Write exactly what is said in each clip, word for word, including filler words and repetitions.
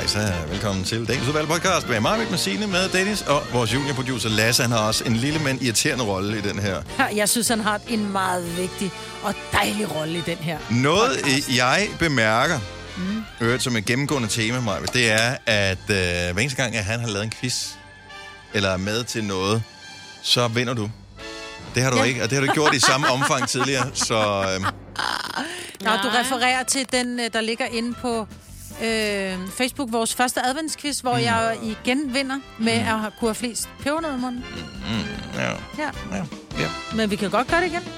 så velkommen til dagens udvalgte podcast med mig, med Signe, med Dennis og vores juniorproducer Lasse. Han har også en lille, men irriterende rolle i den her. Jeg synes, han har en meget vigtig og dejlig rolle i den her Noget, podcast. jeg bemærker, mm. hørt som et gennemgående tema, Maja, det er, at øh, hver eneste gang, at han har lavet en quiz, eller er med til noget, så vinder du. Det har du ja. ikke, og det har du gjort i samme omfang tidligere, så... Øh... Nå, du refererer til den, der ligger inde på øh, Facebook, vores første adventsquiz, hvor mm. jeg igen vinder med mm. at have kunne have flest pebernødder i munden. Mm. Ja. Ja. Ja. Ja. Men vi kan godt gøre det igen.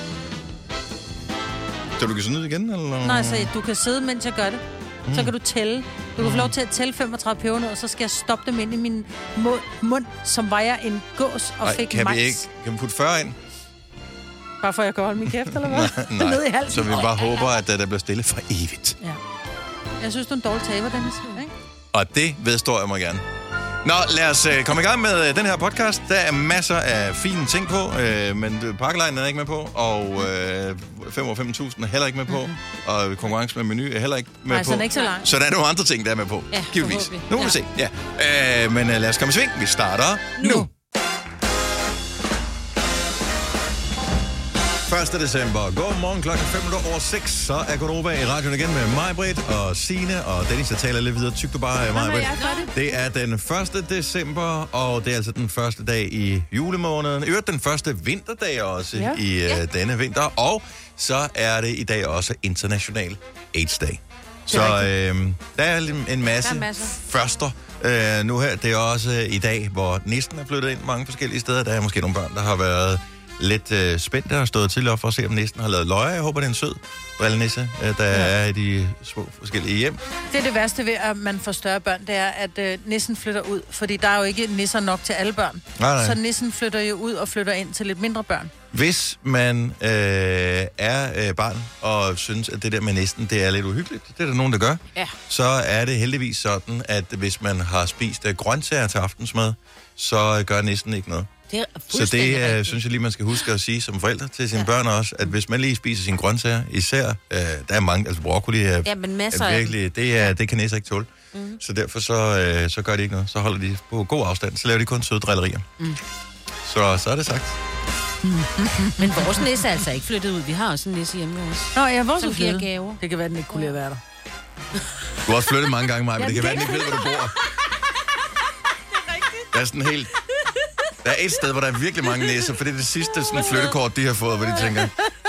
Så du kan sidde igen, eller? Nej, så du kan sidde, mens jeg gør det. Mm. Så kan du tælle. Du kan få lov til at tælle femogtredive pebernødder, og så skal jeg stoppe dem ind i min mund, mund som var jeg en gås og Ej, fik kan majs. vi ikke? Kan vi putte fyrre ind? Bare for at jeg kan holde min kæft, eller hvad? nej, Ned i halsen. Så vi bare håber, at der bliver stille for evigt. Ja. Jeg synes, du er en dårlig taber, Dennis. Ikke? Og det vedstår jeg mig gerne. Nå, lad os uh, komme i gang med uh, den her podcast. Der er masser af fine ting på, uh, men pakkelejnen er ikke med på, og uh, femogfyrre tusind er heller ikke med på, mm-hmm. og konkurrence med menu er heller ikke med Nej, på. Så er ikke så langt. Så der er nogle andre ting, der er med på. Ja, givetvis. Nu må ja. vi se. Ja. Uh, men uh, lad os komme i sving. Vi starter nu. nu. første december. Godmorgen klokken fem over seks. Så er Godova i radioen igen med mig, Britt og Signe og Dennis, der taler lidt videre. Tyk du bare, mig, Britt. Det er den første december, og det er altså den første dag i julemåneden. I øvrigt den første vinterdag også ja. i uh, ja. denne vinter. Og så er det i dag også International AIDS-dag. Så øh, der er en masse første øh, nu her. Det er også øh, i dag, hvor næsten er flyttet ind mange forskellige steder. Der er måske nogle børn, der har været lidt øh, spændte og stået til op for at se, om næsten har lavet løjer. Jeg håber, det er en sød brillenisse, øh, der ja. er i de små forskellige hjem. Det er det værste ved, at man får større børn, det er, at øh, nissen flytter ud. Fordi der er jo ikke nisser nok til alle børn. Nej, nej. Så nissen flytter jo ud og flytter ind til lidt mindre børn. Hvis man øh, er øh, barn og synes, at det der med nissen, det er lidt uhyggeligt, det er der nogen, der gør, ja. så er det heldigvis sådan, at hvis man har spist øh, grøntsager til aftensmad, så gør nissen ikke noget. Det så det øh, synes jeg lige, man skal huske at sige som forældre til sine ja. børn også, at hvis man lige spiser sine grøntsager, især, øh, der er mange, altså broccoli er, ja, men masser er virkelig, det, er, det kan nisser ikke tåle. Mm. Så derfor så, øh, så gør de ikke noget. Så holder de på god afstand, så laver de kun søde drillerier. Mm. Så, så er det sagt. Men vores nisse er altså ikke flyttet ud. Vi har også en nisse hjemme også. Nå, ja, vores som er giver gaver. Det kan være, den ikke kunne lide at være der. Du har også flyttet mange gange, Maja, men det kan være, den ikke ved, hvor du bor. Det er rigtigt. Der er sådan helt... Der er et sted, hvor der er virkelig mange næser, for det er det sidste sådan flyttekort, de har fået, hvor de tænker...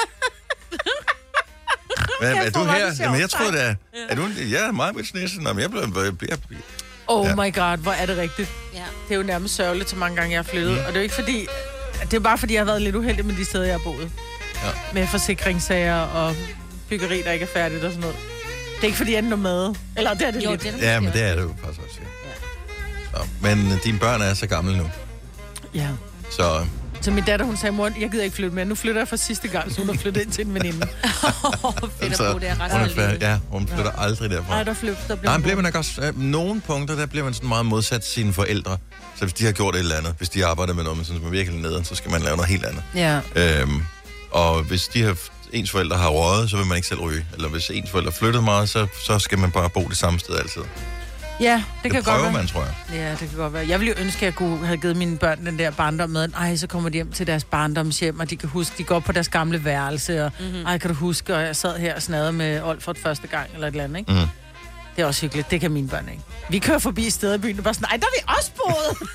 Men, er du her? Jamen, jeg tror, det er... Er du en... Ja, meget med næse. Nå, men jeg blev... Jeg, jeg, oh ja. my god, hvor er det rigtigt. Ja. Det er jo nærmest sørgeligt, så mange gange jeg har flyttet. Mm. Og det er jo ikke fordi... Det er bare fordi, jeg har været lidt uheldig med de steder, jeg har boet. Ja. Med forsikringssager og byggeri, der ikke er færdigt og sådan noget. Det er ikke fordi, jeg er nomade. Eller det er det jo, lidt. Det er ja, men det er det jo faktisk også, ja. Ja. Så, men dine børn er så gamle nu. Ja. Så... Så min datter, hun sagde, mor, jeg gider ikke flytte mere. Nu flytter jeg for sidste gang, så hun har flyttet ind til en veninde. Åh, oh, fedt at bo der ret. Ja, hun flytter ja. aldrig derfra. Nej, der flytter, der bliver Nej, bliver man ikke også... Øh, nogle punkter, der bliver man sådan meget modsat sine forældre. Så hvis de har gjort et eller andet, hvis de arbejder med noget, men sådan, som er virkelig nede, så skal man lave noget helt andet. Ja. Øhm, og hvis de har, ens forældre har røget, så vil man ikke selv ryge. Eller hvis ens forældre flytter meget, så, så skal man bare bo det samme sted altid. Ja, det, det kan prøver godt være. man, tror jeg. Ja, det kan godt være. Jeg ville jo ønske, at jeg kunne have givet mine børn den der barndom med, ej, så kommer de hjem til deres barndomshjem, og de kan huske, de går på deres gamle værelse, og mm-hmm. ej, kan du huske, og jeg sad her og snadede med Olfert første gang, eller et eller andet, ikke? Mm. Det er også hyggeligt. Det kan mine børn ikke. Vi kører forbi steder i byen, og bare sådan, ej, der er vi også boet!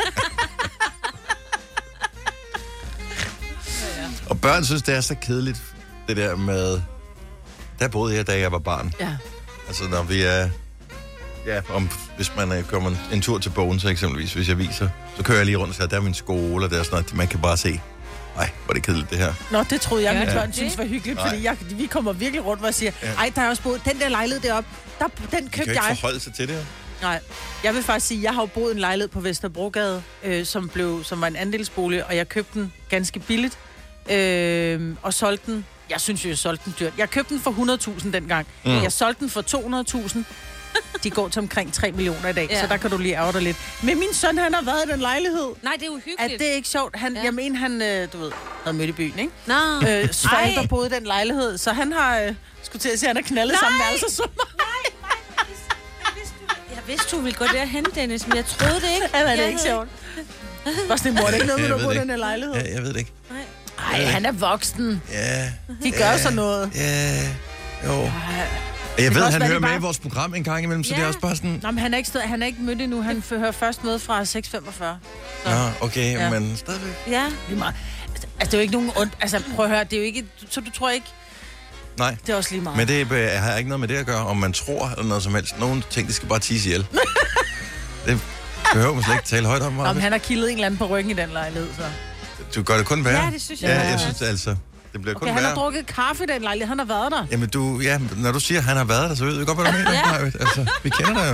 ja, ja. Og børn synes, det er så kedeligt, det der med... Der boede jeg, da jeg var barn. Ja. Altså, når vi er... Ja, om, hvis man uh, kommer en, en tur til bogen, så eksempelvis, hvis jeg viser, så kører jeg lige rundt og siger, der er min skole, og der er sådan noget, man kan bare se, ej, hvor er det kedeligt det her. Nå, det troede jeg, ja. mine børn synes var hyggeligt, nej. Fordi jeg, vi kommer virkelig rundt og siger, ja. Ej, der er også boet, den der lejlighed deroppe, der, den købte jeg. Du kan ikke forholde sig til det her. Nej, jeg vil faktisk sige, jeg har jo boet en lejlighed på Vesterbrogade, øh, som, blev, som var en andelsbolig, og jeg købte den ganske billigt, øh, og solgte den. Jeg synes jo, jeg solgte den dyrt. Jeg købte den for hundrede tusind dengang, mm. jeg solgte den for to hundrede tusind. De går til omkring tre millioner i dag, ja. Så der kan du lige ærge dig lidt. Men min søn, han har været i den lejlighed. Nej, det er uhyggeligt. At det er ikke sjovt. Han, ja. Jeg mener, han, øh, du ved, havde mødt i byen, ikke? Nå. Øh, Svalder boede i den lejlighed, så han har, øh, skulle til at sige, han har knaldet nej. sammen med altså så Nej, nej. Jeg vidste, du... Jeg vidste, du ville gå derhen, Dennis, men jeg troede det ikke. Ja, det er ikke sjovt. Bare sådan, mor, det er ikke noget, Jeg når ved du bor i det den her lejlighed. Ja, jeg ved det ikke. Nej, han er voksen. Ja. De gør sådan noget. Ja, jo. Ej. Jeg kan ved, også han være, hører de med bare- i vores program en gang imellem, så Ja. det er også bare sådan... Nå, men han er ikke, stået, han er ikke mødt endnu. Han hører først med fra seks femogfyrre. Så. Nå, okay, Ja. men stadigvæk. Ja. Lige meget. Altså, det er jo ikke nogen ondt. Altså, prøv at høre, det er jo ikke... Så du tror ikke... Nej. Det er også lige meget. Men det øh, har ikke noget med det at gøre, om man tror eller noget som helst. Nogle ting, de skal bare tisse ihjel. Det behøver man slet ikke tale højt om. Nå, men han har kildet en eller anden på ryggen i den lejlighed, så... Du gør det kun værre. Ja, det synes jeg. Ja, Ja. jeg synes altså, det bliver Okay, kun han værre. har drukket kaffe i den lejlighed. Han har været der. Jamen du, ja, når du siger, at han har været der, så ved du godt, hvad du mener. Ja. Maja. Altså, vi kender dig jo.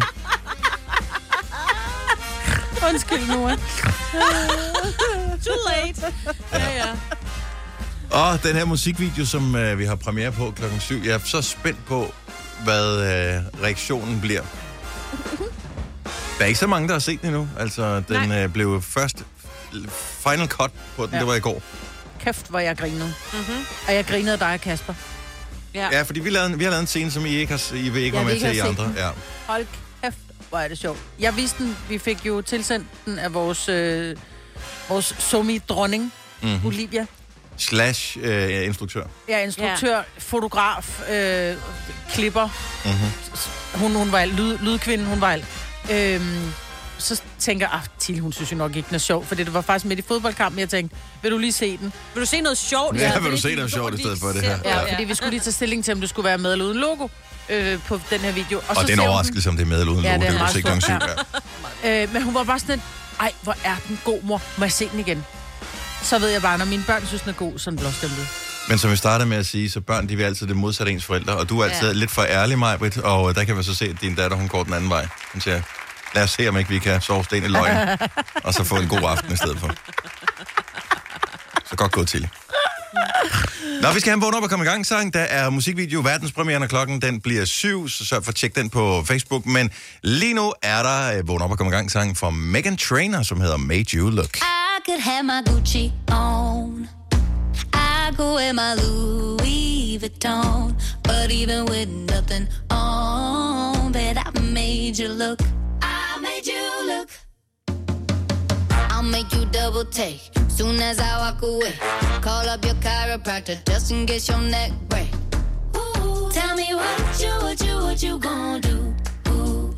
Undskyld, Nora. Too late. Ja, ja. Og den her musikvideo, som øh, vi har premiere på klokken syv, jeg er så spændt på, hvad øh, reaktionen bliver. Der er ikke så mange, der har set den endnu. Altså, den øh, blev først final cut på den, ja. Ja. Det var i går. Kæft, hvor jeg grinede. Mm-hmm. Og jeg grinede af dig, Kasper. Ja. Ja, fordi vi, lavede, vi har lavet en scene, som I ikke har, I vil ikke Ja, være vi med ikke til i har set andre. den. Ja. Hold kæft, hvor er det sjovt. Jeg vidste den. Vi fik jo tilsendt den af vores, øh, vores somi-dronning, Mm-hmm. Olivia. Slash øh, instruktør. Jeg er instruktør, ja. fotograf, øh, klipper. Mm-hmm. Hun, hun var alt. Lyd, lydkvinde, hun var alt. Øhm, så tænker jeg, ah, Til, hun synes jo nok ikke, den er sjov, for det var faktisk midt i fodboldkampen. Jeg tænkte, vil du lige se den? Vil du se noget sjovt? Ja, Ja, vil du det se er noget de sjovt i stedet for det her? Ja, Ja. fordi vi skulle lige tage stilling til, om det skulle være med eller uden logo øh, på den her video. Og så det er en ser hun overraskelse, om det er med eller uden Ja, logo. det er Det vil du meget se klokken syv. stort, Ja. Øh, men hun var bare sådan, ej, hvor er den god, mor. Må jeg se den igen? Så ved jeg bare, når mine børn synes, den er god, så er den blåstemplet. Men som vi startede med at sige, så børn, de vil altid det modsatte af ens forældre. Og du er altid Ja. ja. lidt for ærlig, Maj-Brit, og der kan vi så se, at din datter, hun går den anden vej. Hun siger, lad os se, om ikke vi kan sove sten i løgn, og så få en god aften i stedet for. Så godt gået til. Nå, vi skal have en vågn op og komme i gang sang. Der er musikvideo, verdenspremieren, og klokken den bliver syv, så sørg for at tjekke den på Facebook. Men lige nu er der uh, vågn op og komme i gang sang fra Meghan Trainor, som hedder Made You Look. I could have my Gucci on. I go in my Louis Vuitton. But even with nothing on, bet I made you look. I made you look. I'll make you double take soon as I walk away. Call up your chiropractor just in case your neck break. Ooh, tell me what you, what you, what you gonna do. Ooh.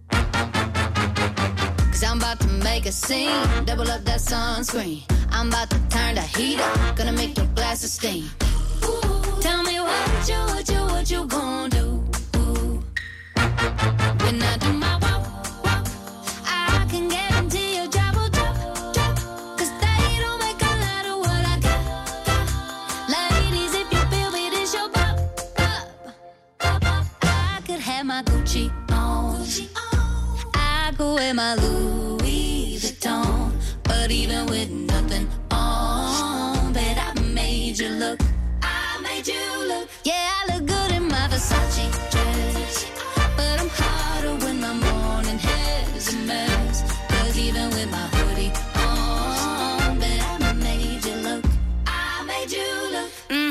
Cause I'm about to make a scene. Double up that sunscreen. I'm about to turn the heat up. Gonna make your glasses steam. Ooh, tell me what you, what you, what you gonna do. Ooh. When I do my walk, walk, I can guarantee your job will drop, drop. Cause they don't make a lot of what I got, got. Ladies, if you feel me, this your bop, bop, bop, bop. I could have my Gucci on. Gucci on. I go in my Louis Vuitton. But even with nothing on, bet I made you look. I made you look. Yeah, I look good in my Versace dress. But I'm hotter when my morning hair is a mess. Cause even with my hoodie on, bet I made you look. I made you look.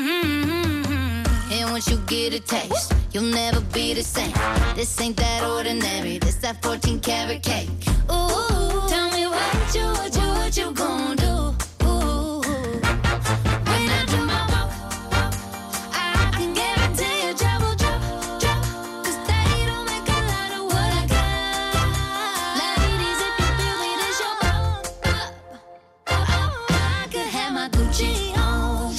Mm-hmm. And once you get a taste, you'll never be the same. This ain't that ordinary. This that fourteen karat cake. Ooh, tell me what you, what you, what you gon' do. Ooh, when I do my walk, walk, I can guarantee your job will drop, drop. Cause they don't make a lot of what I got. Ladies, if you feel me, this your bop, bop, bop. I could have my Gucci on.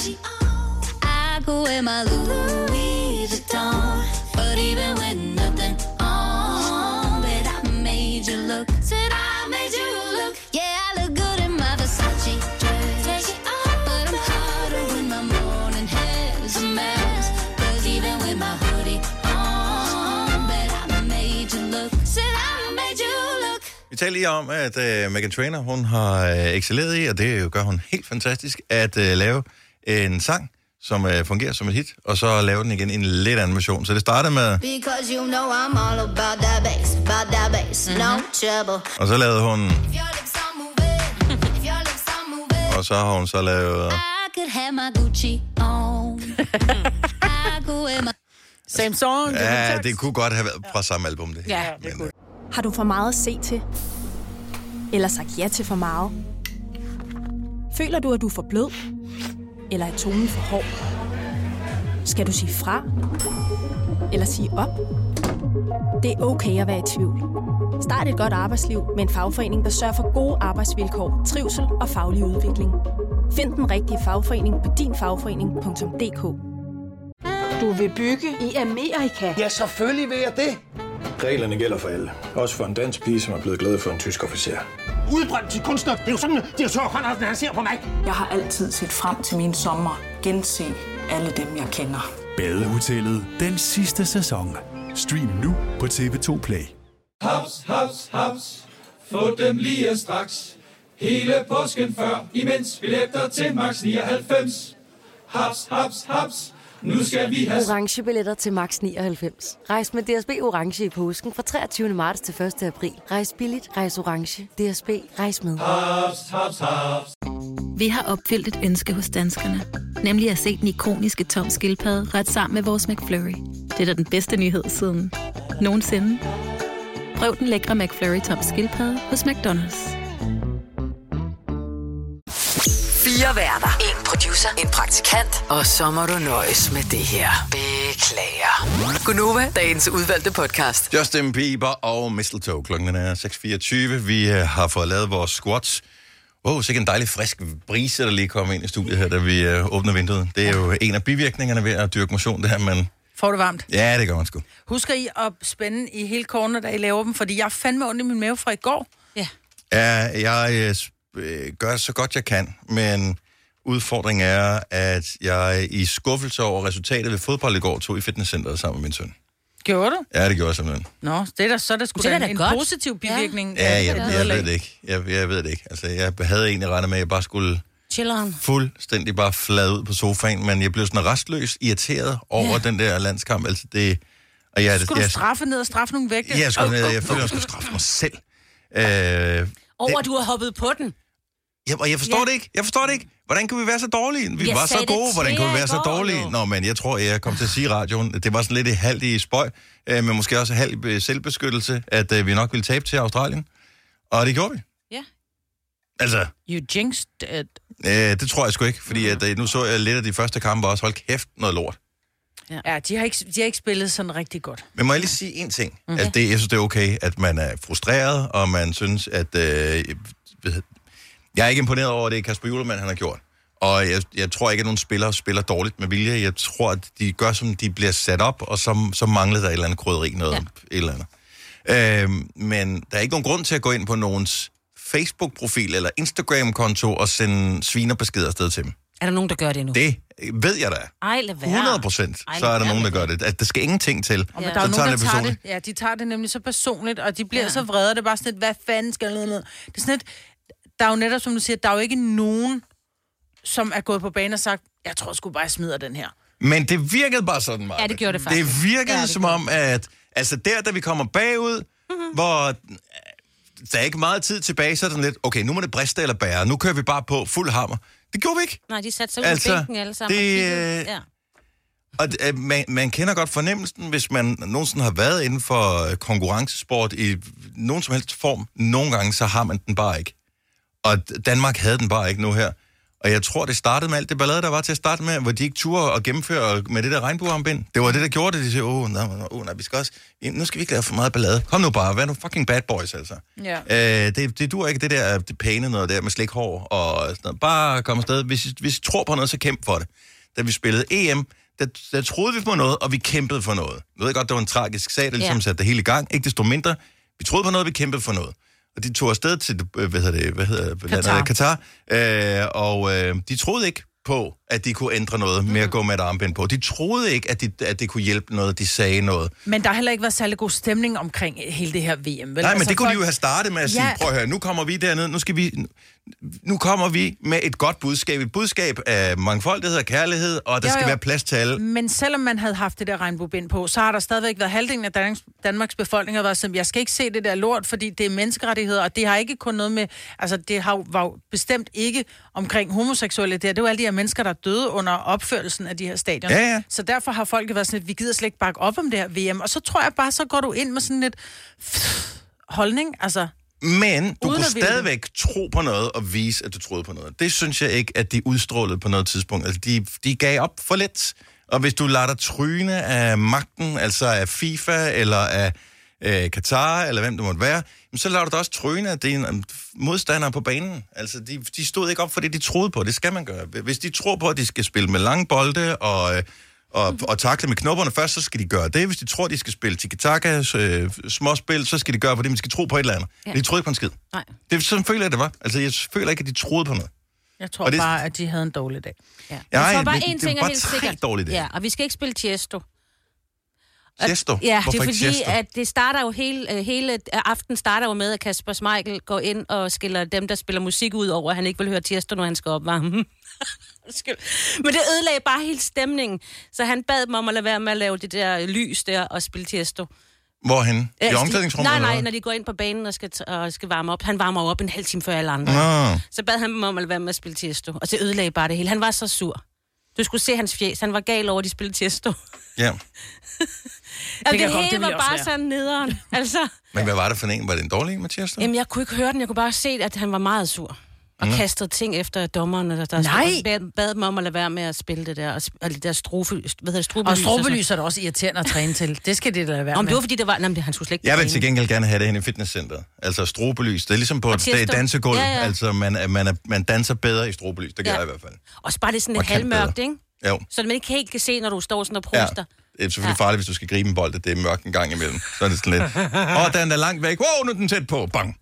I go in my Louis Vuitton. But even with nothing on, bet I made you look. Said I made you look. Yeah, I look good in my Versace dress. Take it off, but I'm hotter when my morning hair is a mess. Cause even with my hoodie on, bet I made you look. Said I made you look. Vi taler lige om, at uh, Meghan Trainor, hun har uh, excelleret i, og det gør hun helt fantastisk, at uh, lave en sang, som uh, fungerer som et hit, og så lave den igen i en lidt anden version. Så det startede med... Because you know I'm all about that bass, about that bass, no trouble. Og så lavede hun... If your lips are moving, if your lips are moving. Og så har hun så lavet... I could have my Gucci on. I go in my... Same song. Ja, det kunne godt have været fra samme album, det her. Ja, det Men, kunne. Har du for meget at se til? Eller sagt ja til for meget? Føler du, at du er for blød? Eller er tonen for hård? Skal du sige fra? Eller sige op? Det er okay at være i tvivl. Start et godt arbejdsliv med en fagforening, der sørger for gode arbejdsvilkår, trivsel og faglig udvikling. Find den rigtige fagforening på din fagforening punktum d k. Du vil bygge i Amerika? Ja, selvfølgelig vil jeg det. Reglerne gælder for alle. Også for en dansk pige, som er blevet glad for en tysk officer. Udbrændt til kunstner. Det er jo sådan, at de har tørt, han ser på mig. Jeg har altid set frem til min sommer. Gense alle dem, jeg kender. Badehotellet den sidste sæson. Stream nu på T V to Play. Haps, haps, haps. Få dem lige straks. Hele påsken før, imens billetter til max nioghalvfems. Haps, haps, haps. Nu skal vi have orange billetter til max nioghalvfems. Rejs med D S B Orange i påsken fra treogtyvende marts til første april. Rejs billigt, rejs orange. D S B, rejs med. haps, haps, haps. Vi har opfyldt et ønske hos danskerne. Nemlig at se den ikoniske Tom Skildpadde ret sammen med vores McFlurry. Det er da den bedste nyhed siden nogensinde. Prøv den lækre McFlurry Tom Skildpadde hos McDonald's. Fire værter. En producer. En praktikant. Og så må du nøjes med det her. Beklager. Gunova, dagens udvalgte podcast. Justin Bieber og Mistletoe. Klokken er seks fireogtyve. Vi har fået lavet vores squats. Wow, sikkert en dejlig frisk brise, der lige kommer ind i studiet her, da vi øh, åbner vinduet. Det er jo en af bivirkningerne ved at dyrke motion, det her, men... Får det varmt? Ja, det gør man sgu. Husker I at spænde i hele kornet, da I laver dem? Fordi jeg fandme ondt i min mave fra i går. Ja. Ja, jeg øh, gør så godt jeg kan, men udfordringen er, at jeg i skuffelse over resultatet ved fodbold i går tog i fitnesscenteret sammen med min søn. Gjorde du? Ja, det gjorde jeg simpelthen. Nå, det er da, så er det sgu det er da da en godt. positiv bivirkning. Ja, ja jeg, jeg ved det ikke. Jeg, jeg ved det ikke. Altså, jeg havde egentlig regnet med, at jeg bare skulle Chilleren. fuldstændig bare flade ud på sofaen, men jeg blev sådan restløs, irriteret over ja. den der landskamp. Altså, det... Og jeg, skulle jeg, du straffe ned og straffe nogle vægte? Ja, jeg skulle ned, og jeg følte, jeg skulle straffe mig selv. Øh, over, at du har hoppet på den. Ja, og jeg forstår ja. det ikke. Jeg forstår det ikke. Hvordan kunne vi være så dårlige? Vi jeg var så gode. Hvordan kunne vi være så dårlige? Jo. Nå, men jeg tror, jeg kom til at sige i radioen. Det var sådan lidt halvt i spøj, øh, men måske også halvt i selvbeskyttelse, at øh, vi nok ville tabe til Australien. Og det gjorde vi. Ja. Altså... You jinxed it. Øh, det tror jeg sgu ikke, fordi at, øh, nu så jeg lidt af de første kampe også. Hold kæft, noget lort. Ja, ja de, har ikke, de har ikke spillet sådan rigtig godt. Men må jeg lige sige en ting? Mm-hmm. Altså, det, jeg synes, det er okay, at man er frustreret, og man synes, at... Øh, jeg er ikke imponeret over det, Kasper Hjulmand han har gjort. Og jeg, jeg tror ikke, at nogen spillere spiller dårligt med vilje. Jeg tror, at de gør, som de bliver sat op, og så, så mangler der et eller andet krydderi, noget ja. et eller andet. Øhm, men der er ikke nogen grund til at gå ind på nogens Facebook-profil eller Instagram-konto og sende svinerbeskeder afsted til dem. Er der nogen, der gør det nu? Det ved jeg da. Ej, lad være. hundrede procent, så er der nogen, der gør det. At der skal ingenting til. Ja. Men der er nogen, der tager det, ja, de tager det nemlig så personligt, og de bliver ja. så vrede, det er bare sådan lidt, hvad fanden skal jeg ned? Det er sådan lidt, der er jo netop, som du siger, der er jo ikke nogen, som er gået på banen og sagt, jeg tror sgu bare, jeg smider den her. Men det virkede bare sådan meget. Ja, det gjorde det faktisk. Det virkede ja, det som om, at altså der, da vi kommer bagud, mm-hmm. hvor der er ikke meget tid tilbage, så er det sådan lidt, okay, nu må det briste eller bære. Nu kører vi bare på fuld hammer. Det gjorde vi ikke. Nej, de satte sig ud altså, i bænken alle sammen. Det, og ja. Og uh, man, man kender godt fornemmelsen, hvis man nogensinde har været inden for konkurrencesport i nogen som helst form. Nogle gange, så har man den bare ikke. Og Danmark havde den bare ikke nu her. Og jeg tror, det startede med alt det ballade, der var til at starte med, hvor de ikke turde at gennemføre med det der regnbuearmbind. Det var det, der gjorde det. De siger, åh, nej, oh, nej, vi skal også... Nu skal vi ikke lave for meget ballade. Kom nu bare, vær nu fucking bad boys, altså. Ja. Øh, det, det duer ikke, det der det pæne noget der med slikhår og sådan noget. Bare kom afsted. Hvis, hvis I tror på noget, så kæmp for det. Da vi spillede E M, der, der troede vi på noget, og vi kæmpede for noget. Nu ved jeg godt, det var en tragisk sag, der ligesom ja. satte det hele i gang. Ikke desto mindre. Vi troede på noget, vi kæmpede for noget. Og de tog afsted til, hvad hedder det, hvad hedder Katar. Katar, øh, og øh, de troede ikke på, at de kunne ændre noget med at gå med et armbind på. De troede ikke, at, de, at det kunne hjælpe noget, de sagde noget. Men der har heller ikke været særlig god stemning omkring hele det her V M, vel? Nej, men altså, det kunne folk... de jo have startet med at sige, ja. prøv at høre, nu kommer vi derned, nu skal vi... Nu kommer vi med et godt budskab. Et budskab af mangfoldighed og kærlighed, og der jo, jo. skal være plads til alle. Men selvom man havde haft det der regnbuebind på, så har der stadigvæk været halvdelen af Danmarks, Danmarks befolkning, der var sådan, jeg skal ikke se det der lort, fordi det er menneskerettigheder, og det har ikke kun noget med, altså det har, var jo bestemt ikke omkring homoseksuelle der. Det var alle de her mennesker, der døde under opførelsen af de her stadioner. Ja, ja. Så derfor har folk været sådan lidt, vi gider slet ikke bakke op om det her V M. Og så tror jeg bare, så går du ind med sådan lidt... holdning, altså... Men du Uden kunne at ville stadigvæk tro på noget og vise, at du troede på noget. Det synes jeg ikke, at de udstrålede på noget tidspunkt. Altså, de, de gav op for lidt. Og hvis du lader dig tryne af magten, altså af FIFA eller af øh, Katar, eller hvem det måtte være, så lader du dig også tryne af dine modstandere på banen. Altså, de, de stod ikke op for det, de troede på. Det skal man gøre. Hvis de tror på, at de skal spille med lange bolde og... Øh, Og, og takle med knopperne først, så skal de gøre det. Hvis de tror, de skal spille tiki-taka, øh, småspil, så skal de gøre på det. Men de skal tro på et eller andet. Ja. De troede ikke på en skid. Nej. Det er sådan føler jeg, det var. Altså, jeg føler ikke, at de troede på noget. Jeg tror det... bare, at de havde en dårlig dag. Ja. Ja, jeg tror bare, bare, en ting er helt sikkert. Dårlig dag. Ja, og vi skal ikke spille Tiesto. Tiesto? Ja, Hvorfor det er ikke fordi, Tiesto? at det starter jo hele, hele aften starter jo med, at Kasper Schmeichel går ind og skiller dem, der spiller musik ud over, at han ikke vil høre Tiesto, når han skal opvarme. Men det ødelagde bare hele stemningen. Så han bad dem om at lade være med at lave det der lys der og spille Tiesto. Hvorhen? I Ja, omklædningsrummet? Nej, nej, eller når de går ind på banen og skal, t- og skal varme op. Han varmer op en halv time før alle andre. Nå. Så bad han dem om at lade være med at spille Tiesto. Og så ødelagde bare det hele. Han var så sur. Du skulle se hans fjes. Han var gal over, at de spillede Tiesto. Ja. Jamen, det, det godt, hele det var ville også bare være. sådan nederen. Altså, Men hvad var det for en? Var det en dårlig en med Tiesto? jamen, jeg kunne ikke høre den. Jeg kunne bare se, at han var meget sur. Og Mm. mm. kastede ting efter dommeren, der, der Nej. bad, bad dem om at lade være med at spille det der. Og, sp- og det der strofe, hvad hedder det, strobelys. Og strobelys er da også irriterende at træne til. Det skal det da lade være Om med. det var, fordi det var... Jamen, det, han skulle slet ikke Jeg vil træne. til gengæld gerne have det hen i fitnesscenteret. Altså strobelys. Det er ligesom på Og et Tiesto. dansegulv. Ja, ja. Altså man, er- man, er, man danser bedre i strobelys. Det gør Ja. jeg i hvert fald. Og så bare det er sådan lidt Markant halvmørkt, bedre. ikke? Jo. Så man ikke helt kan se, når du står sådan og Ja. pruster. Det er selvfølgelig farligt, hvis du skal gribe en bold, at det er mørkt en gang imellem. Så er det sådan lidt... Åh, den er langt væk. Wow, nu er den tæt på. Bang.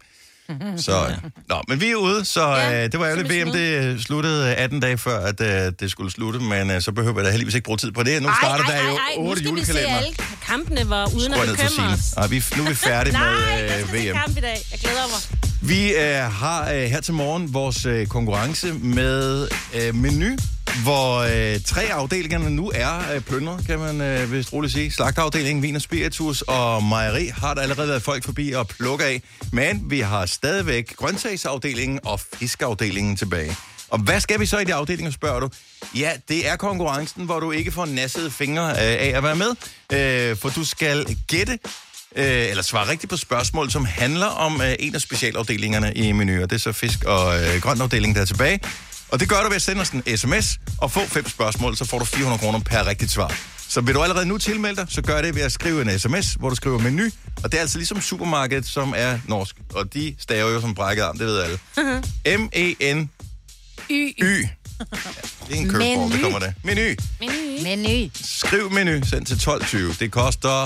Så, øh, nå, men vi er ude, så Ja, øh, det var ærgerligt. som i V M det sluttede atten dage før, at øh, det skulle slutte, men øh, så behøver jeg da heldigvis ikke bruge tid på det. Nu starter der jo nu otte skal vi se julekalender. alle kampene, var uden Skruer at ned til bekymre Signe. os. Nej, vi, nu er vi færdige Nej, med jeg øh, skal se V M. kamp i dag. Jeg glæder mig. Vi øh, har øh, her til morgen vores øh, konkurrence med øh, Menu, hvor øh, tre af afdelingerne nu er øh, plyndret, kan man øh, vist roligt sige. Slagterafdelingen, vin og spiritus og mejeri har der allerede været folk forbi og plukke af. Men vi har stadigvæk grøntsagsafdelingen og fiskeafdelingen tilbage. Og hvad skal vi så i de afdelinger, spørger du? Ja, det er konkurrencen, hvor du ikke får nassede fingre øh, af at være med. Øh, for du skal gætte øh, eller svare rigtigt på spørgsmål, som handler om øh, en af specialafdelingerne i Menu. Og det er så fisk- og øh, grøntafdelingen, der er tilbage. Og det gør du ved at sende os en sms og få fem spørgsmål, så får du fire hundrede kroner per rigtigt svar. Så vil du allerede nu tilmelde dig, så gør det ved at skrive en sms, hvor du skriver Menu. Og det er altså ligesom supermarkedet, som er norsk. Og de staver jo som brækket arm, det ved alle. M E N Y. Ja, det er en curveball, det kommer der. Menu. Menu. Menu. Skriv Menu, send til tolv tyve. Det koster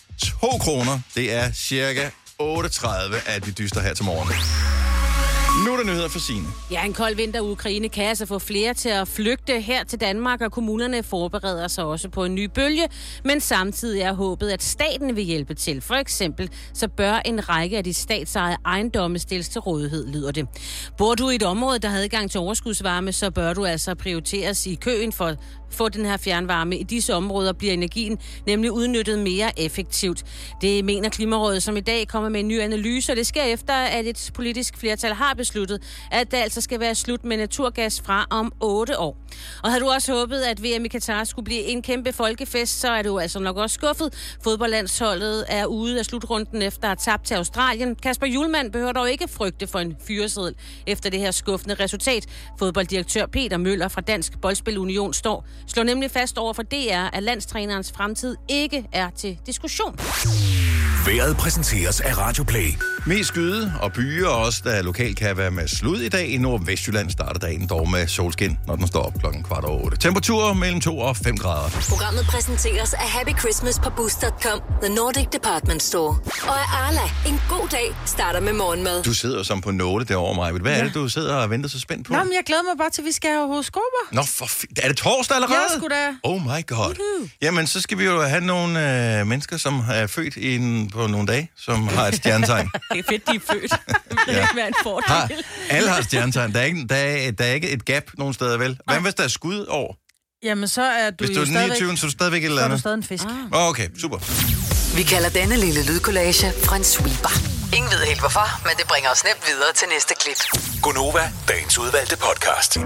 to kroner. Det er cirka otte tredive, at vi dyster her til morgen. Nu er der nyheder for Signe. Ja, en kold vinter i Ukraine kan altså få flere til at flygte her til Danmark, og kommunerne forbereder sig også på en ny bølge, men samtidig er håbet, at staten vil hjælpe til. For eksempel så bør en række af de statsejede ejendomme stilles til rådighed, lyder det. Bor du i et område, der har adgang til overskudsvarme, så bør du altså prioriteres i køen for at få den her fjernvarme. I disse områder bliver energien nemlig udnyttet mere effektivt. Det mener Klimarådet, som i dag kommer med en ny analyse, og det sker efter, at et politisk flertal har besluttet, at det altså skal være slut med naturgas fra om otte år. Og havde du også håbet, at V M i Katar skulle blive en kæmpe folkefest, så er du altså nok også skuffet. Fodboldlandsholdet er ude af slutrunden efter at have tabt til Australien. Kasper Hjulmand behøver dog ikke frygte for en fyreseddel efter det her skuffende resultat. Fodbolddirektør Peter Møller fra Dansk Boldspil Union står slår nemlig fast over for D R, at landstrænerens fremtid ikke er til diskussion. Vejret præsenteres af Radio Play. Mest skyde og byer også, der lokalt kan være med slud i dag. I Nordvestjylland starter dagen dog med solskin, når den står op klokken kvart over otte. Temperaturer mellem to og fem grader. Programmet præsenteres af Happy Christmas på boost punktum com, The Nordic Department Store. Og af Arla, en god dag starter med morgenmad. Du sidder jo som på nåle derovre, Maja. Hvad ja. er det, du sidder og venter så spændt på? Nå, men jeg glæder mig bare til, at vi skal have horoskoper. Nå, for f- er det torsdag allerede? Ja, sgu da. Oh my god. Uh-huh. Jamen, så skal vi jo have nogle øh, mennesker, som er født i en, på nogle dage, som har et stjernetegn. Det er fedt, de er født. Det kan ikke være en fordel. Har, alle har stjernetegn. Der er, ikke, der, er, der er ikke et gap nogen steder, vel? Hvad hvis der er skud over? Jamen, så er du Hvis du jo er stadigvæk... niogtyve, så er du stadigvæk et eller Så er andet. du stadig en fisk. Ah. Okay, super. Vi kalder denne lille lydkollage en sweeper. Ingen ved helt hvorfor, men det bringer os nemt videre til næste klip. Gonova, dagens udvalgte podcast.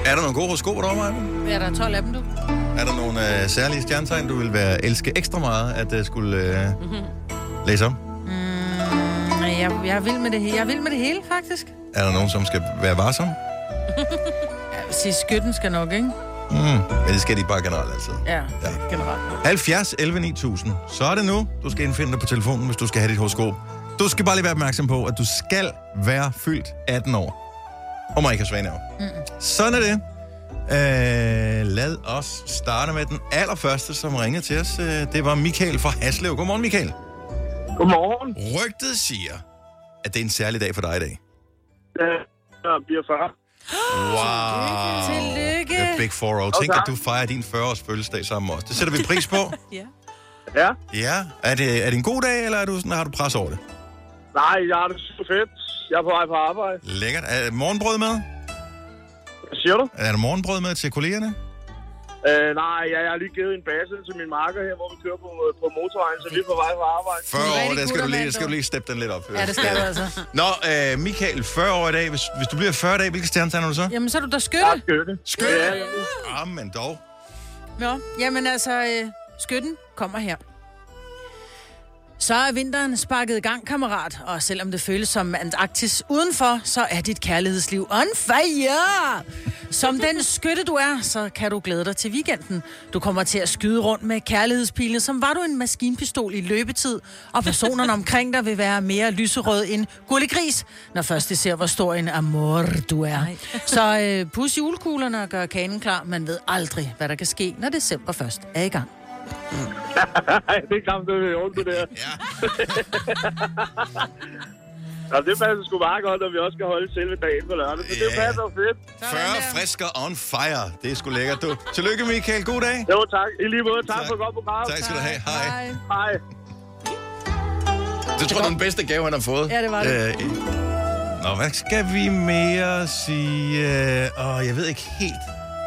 Er der nogle gode horoskoper derovre, Maja? Ja, der er tolv af dem, du. Er der nogle øh, særlige stjernetegn, du vil være elske ekstra meget, at øh, skulle øh, mm-hmm. læse om? Mm, jeg, jeg, er vild med det, he- jeg er vild med det hele, faktisk. Er der nogen, som skal være varsom? Jeg vil sige, skytten skal nok, ikke? Mm, men det skal de bare generelt altid. Ja, ja. generelt. halvfjerds elleve ni tusind. Så er det nu, du skal indfinde dig på telefonen, hvis du skal have dit horoskop. Du skal bare lige være opmærksom på, at du skal være fyldt atten år. Og må ikke have svanerv. Mm. Sådan er det. Øh, lad os starte med den allerførste, som ringede til os. Det var Michael fra Haslev. Godmorgen, Michael. Godmorgen. Rygtet siger, at det er en særlig dag for dig i dag. Ja, jeg bliver fyrre. Wow. Tillykke. The Big four oh. Tænk, at du fejrer din fyrre-års fødselsdag sammen med os. Det sætter vi pris på. Ja. Ja. Ja. Er det, er det en god dag, eller er du sådan, har du pres over det? Nej, jeg har det super fedt. Jeg er på vej på arbejde. Lækkert. Er der morgenbrød med? Hvad siger du? Er der morgenbrød med til kollegerne? Øh, nej, jeg, jeg har lige givet en base til min marker her, hvor vi kører på, på motorvejen, så vi er på vej på arbejde. fyrre år, der skal du lige, skal du lige steppe den lidt op. Ja, det skal du altså. Nå, øh, Michael, fyrre år i dag. Hvis, hvis du bliver fyrre dag, hvilke stjernetegn er du så? Jamen, så er du da skytte. Ja, skytte. Skytte? Ja, ja. Ah, men dog. Nå, jamen altså, øh, skytten kommer her. Så er vinteren sparket i gang, kammerat, og selvom det føles som Antarktis udenfor, så er dit kærlighedsliv on fire! Som den skytte du er, så kan du glæde dig til weekenden. Du kommer til at skyde rundt med kærlighedspilen, som var du en maskinpistol i løbetid, og personerne omkring dig vil være mere lyserød end gullegris, når først de ser, hvor stor en amor du er. Så øh, pus julekuglerne og gør kagen klar. Man ved aldrig, hvad der kan ske, når december først er i gang. Mm. Det er klart, det er jo det der. Ja. Nå, det passer sgu meget godt, at vi også skal holde selve dagen på lørdag. Så det passer jo fedt. fyrre frisker on fire. Det er sgu lækkert, du. Tillykke, Michael. God dag. Jo, tak. I lige måde. Tak, tak. for et godt program. Tak skal du have. Hej. Hej. Hej. Det tror jeg, det er den bedste gave, han har fået. Ja, det var det. Øh, Nå, hvad skal vi mere sige? Åh, oh, jeg ved ikke helt.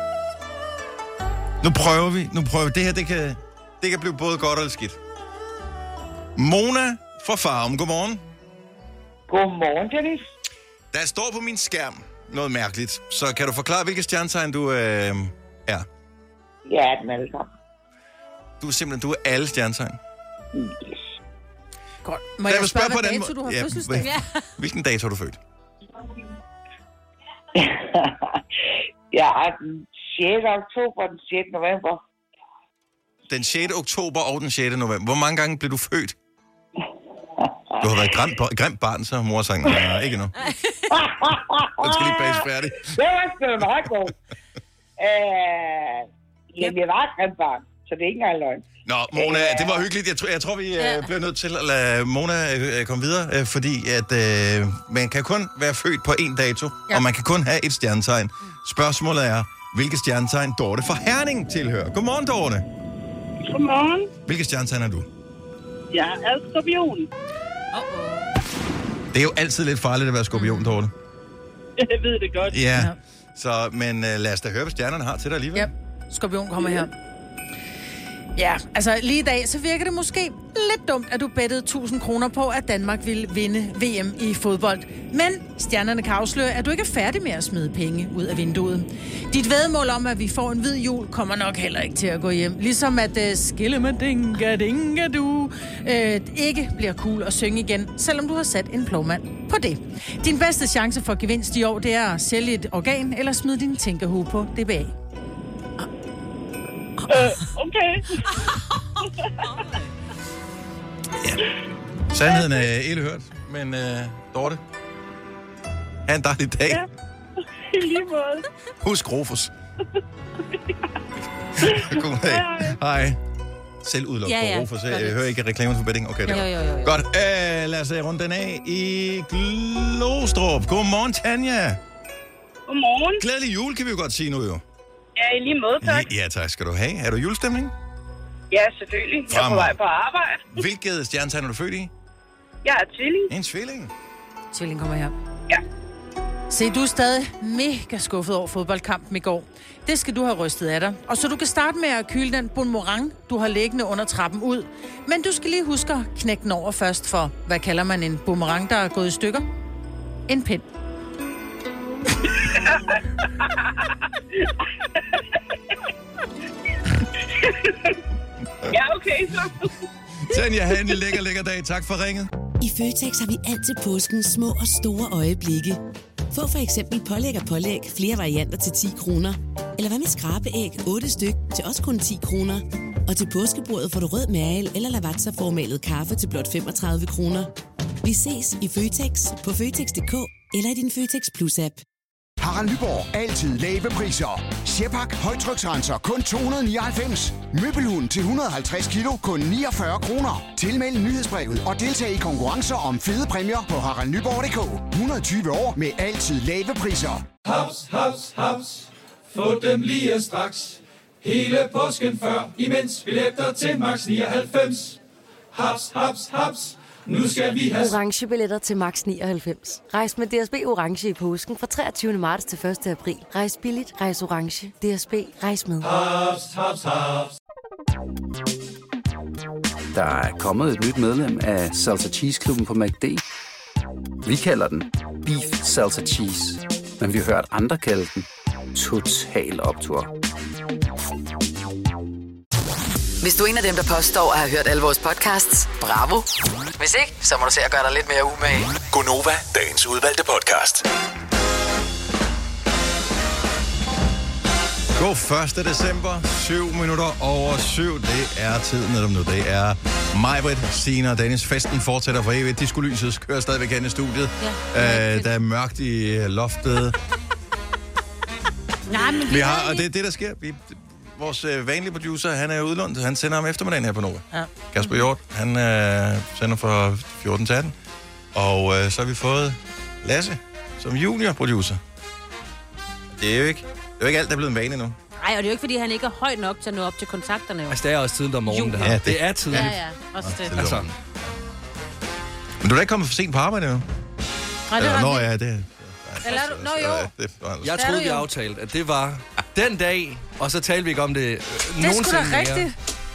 Nu prøver vi. Nu prøver vi. Det her, det kan, det kan blive både godt og skidt. Mona fra Farum. Godmorgen. Godmorgen, Dennis. Der står på min skærm noget mærkeligt. Så kan du forklare, hvilke stjernetegn du øh, er? Ja, den alle sammen. Du er simpelthen, du er alle stjernetegn. Yes. Godt. Må jeg, jeg spørge, hvad dato du har ja, fødselsdag? Ja. Hvilken dato er du født? Jeg er den sjette oktober og den sjette november. Den sjette oktober og den sjette november. Hvor mange gange blev du født? Du har været grimt, grimt barn, så mor sang. Nej, ikke nu. Den skal lige bages færdig. Det var sgu meget god. Øh, jamen, jeg var et grimt barn, så det er ikke engang løgn. Nå, Mona, det var hyggeligt. Jeg, tror, jeg tror, vi ja. øh, bliver nødt til at lade Mona øh, komme videre, øh, fordi at øh, man kan kun være født på én dato, ja. og man kan kun have et stjernetegn. Spørgsmålet er, hvilke stjernetegn Dorte fra Herning tilhører. Godmorgen, Dorte. Godmorgen. Hvilke stjernetegn er du? Jeg er skorpion. Uh-oh. Det er jo altid lidt farligt at være skorpion, Dorte. Jeg ved det godt. Ja, ja. Så, men uh, lad os da høre, hvad stjernerne har til dig alligevel. Ja, skorpion kommer her. Ja, altså lige i dag, så virker det måske lidt dumt, at du bettede tusind kroner på, at Danmark ville vinde V M i fodbold. Men stjernerne kan afsløre, at du ikke er færdig med at smide penge ud af vinduet. Dit væddemål om, at vi får en hvid jul, kommer nok heller ikke til at gå hjem. Ligesom at uh, skillemadinga dinga du uh, ikke bliver cool at synge igen, selvom du har sat en plovmand på det. Din bedste chance for gevinst i år, det er at sælge et organ eller smide din tænkehue på D B A. Øh, okay. Ja. Sandheden er ikke hørt, men uh, Dorte, ha' en dejlig dag. Ja, i lige måde. Husk Rufus. God dag. Hej. Selv udluk ja, ja. på Rufus. Jeg hører ikke reklamen for betting. Okay, det jo, jo, jo, jo. Godt. Uh, lad os runde den af i Glostrup. Godmorgen, Tanja. Godmorgen. Glædelig jul, kan vi jo godt sige nu, jo. Ja, i lige måde, tak. Ja, tak skal du have. Er du julestemning? Ja, selvfølgelig. Jeg er på vej på arbejde. Hvilket stjernetegn er du født i? Jeg er tvilling. En tvilling? Tvilling kommer her. Ja. Se, du er stadig mega skuffet over fodboldkampen i går. Det skal du have rystet af dig. Og så du kan starte med at kyle den boomerang, du har liggende under trappen ud. Men du skal lige huske at knække den over først, for hvad kalder man en boomerang, der er gået i stykker? En pind. Ja, okay, så. Tanja, have en lækker, lækker dag. Tak for ringet. I Føtex har vi altid påskens små og store øjeblikke. Få for eksempel pålæg og pålæg flere varianter til ti kroner. Eller hvad med skrabeæg otte styk til også kun ti kroner. Og til påskebordet får du rød mal eller lavatserformalet kaffe til blot femogtredive kroner. Vi ses i Føtex på Føtex punktum d k eller i din Føtex Plus-app. Harald Nyborg. Altid lave priser. Sjehpak højtryksrenser kun to hundrede nioghalvfems. Møbelhund til et hundrede og halvtreds kilo kun niogfyrre kroner. Tilmeld nyhedsbrevet og deltag i konkurrencer om fede præmier på harald nyborg punktum d k. hundrede og tyve år med altid lave priser. Haps, haps, haps. Få dem lige straks. Hele påsken før, imens billetter til max nioghalvfems. Haps, haps, haps. Nu skal vi have orange billetter til max nioghalvfems. Rejs med D S B orange i påsken fra treogtyvende marts til første april. Rejs billigt, rejs orange. D S B, rejs med. haps, haps, haps. Der er kommet et nyt medlem af Salsa Cheese Klubben på McD. Vi kalder den Beef Salsa Cheese, men vi har hørt andre kalde den Total Optur. Hvis du er en af dem, der påstår at have hørt alle vores podcasts, bravo. Hvis ikke, så må du se at gøre dig lidt mere umage. Gonova, dagens udvalgte podcast. God første december, syv minutter over syv. Det er tiden netop nu. Det er Majbrit, Signe og Dennis. Festen fortsætter for evigt. Disco-lyset kører stadigvæk hen i studiet. Ja, øh, der er mørkt i loftet. Nej, men vi har, og det er det, der sker. Vi, vores øh, vanlige producer, han er udlånt. Han sender om eftermiddagen her på Nova. Ja. Kasper Hjort, han øh, sender fra fjorten til atten. Og øh, så har vi fået Lasse som junior-producer. Det er jo ikke, det er jo ikke alt, der er blevet en vane endnu. Nej, og det er jo ikke, fordi han ikke er høj nok til at nå op til kontakterne. Jo. Altså, det er også tidligt om morgenen, det her. Ja, det, det er tidligt. Ja, ja, også det. Ja, altså. Men du er da ikke kommet for sent på arbejde nu? Nej, det er Nå, ja, det... Eller du? Nå, jo. Det, jeg troede, vi aftalte, at det var den dag, og så talte vi ikke om det øh, det nogensinde mere. Det er sgu da rigtigt.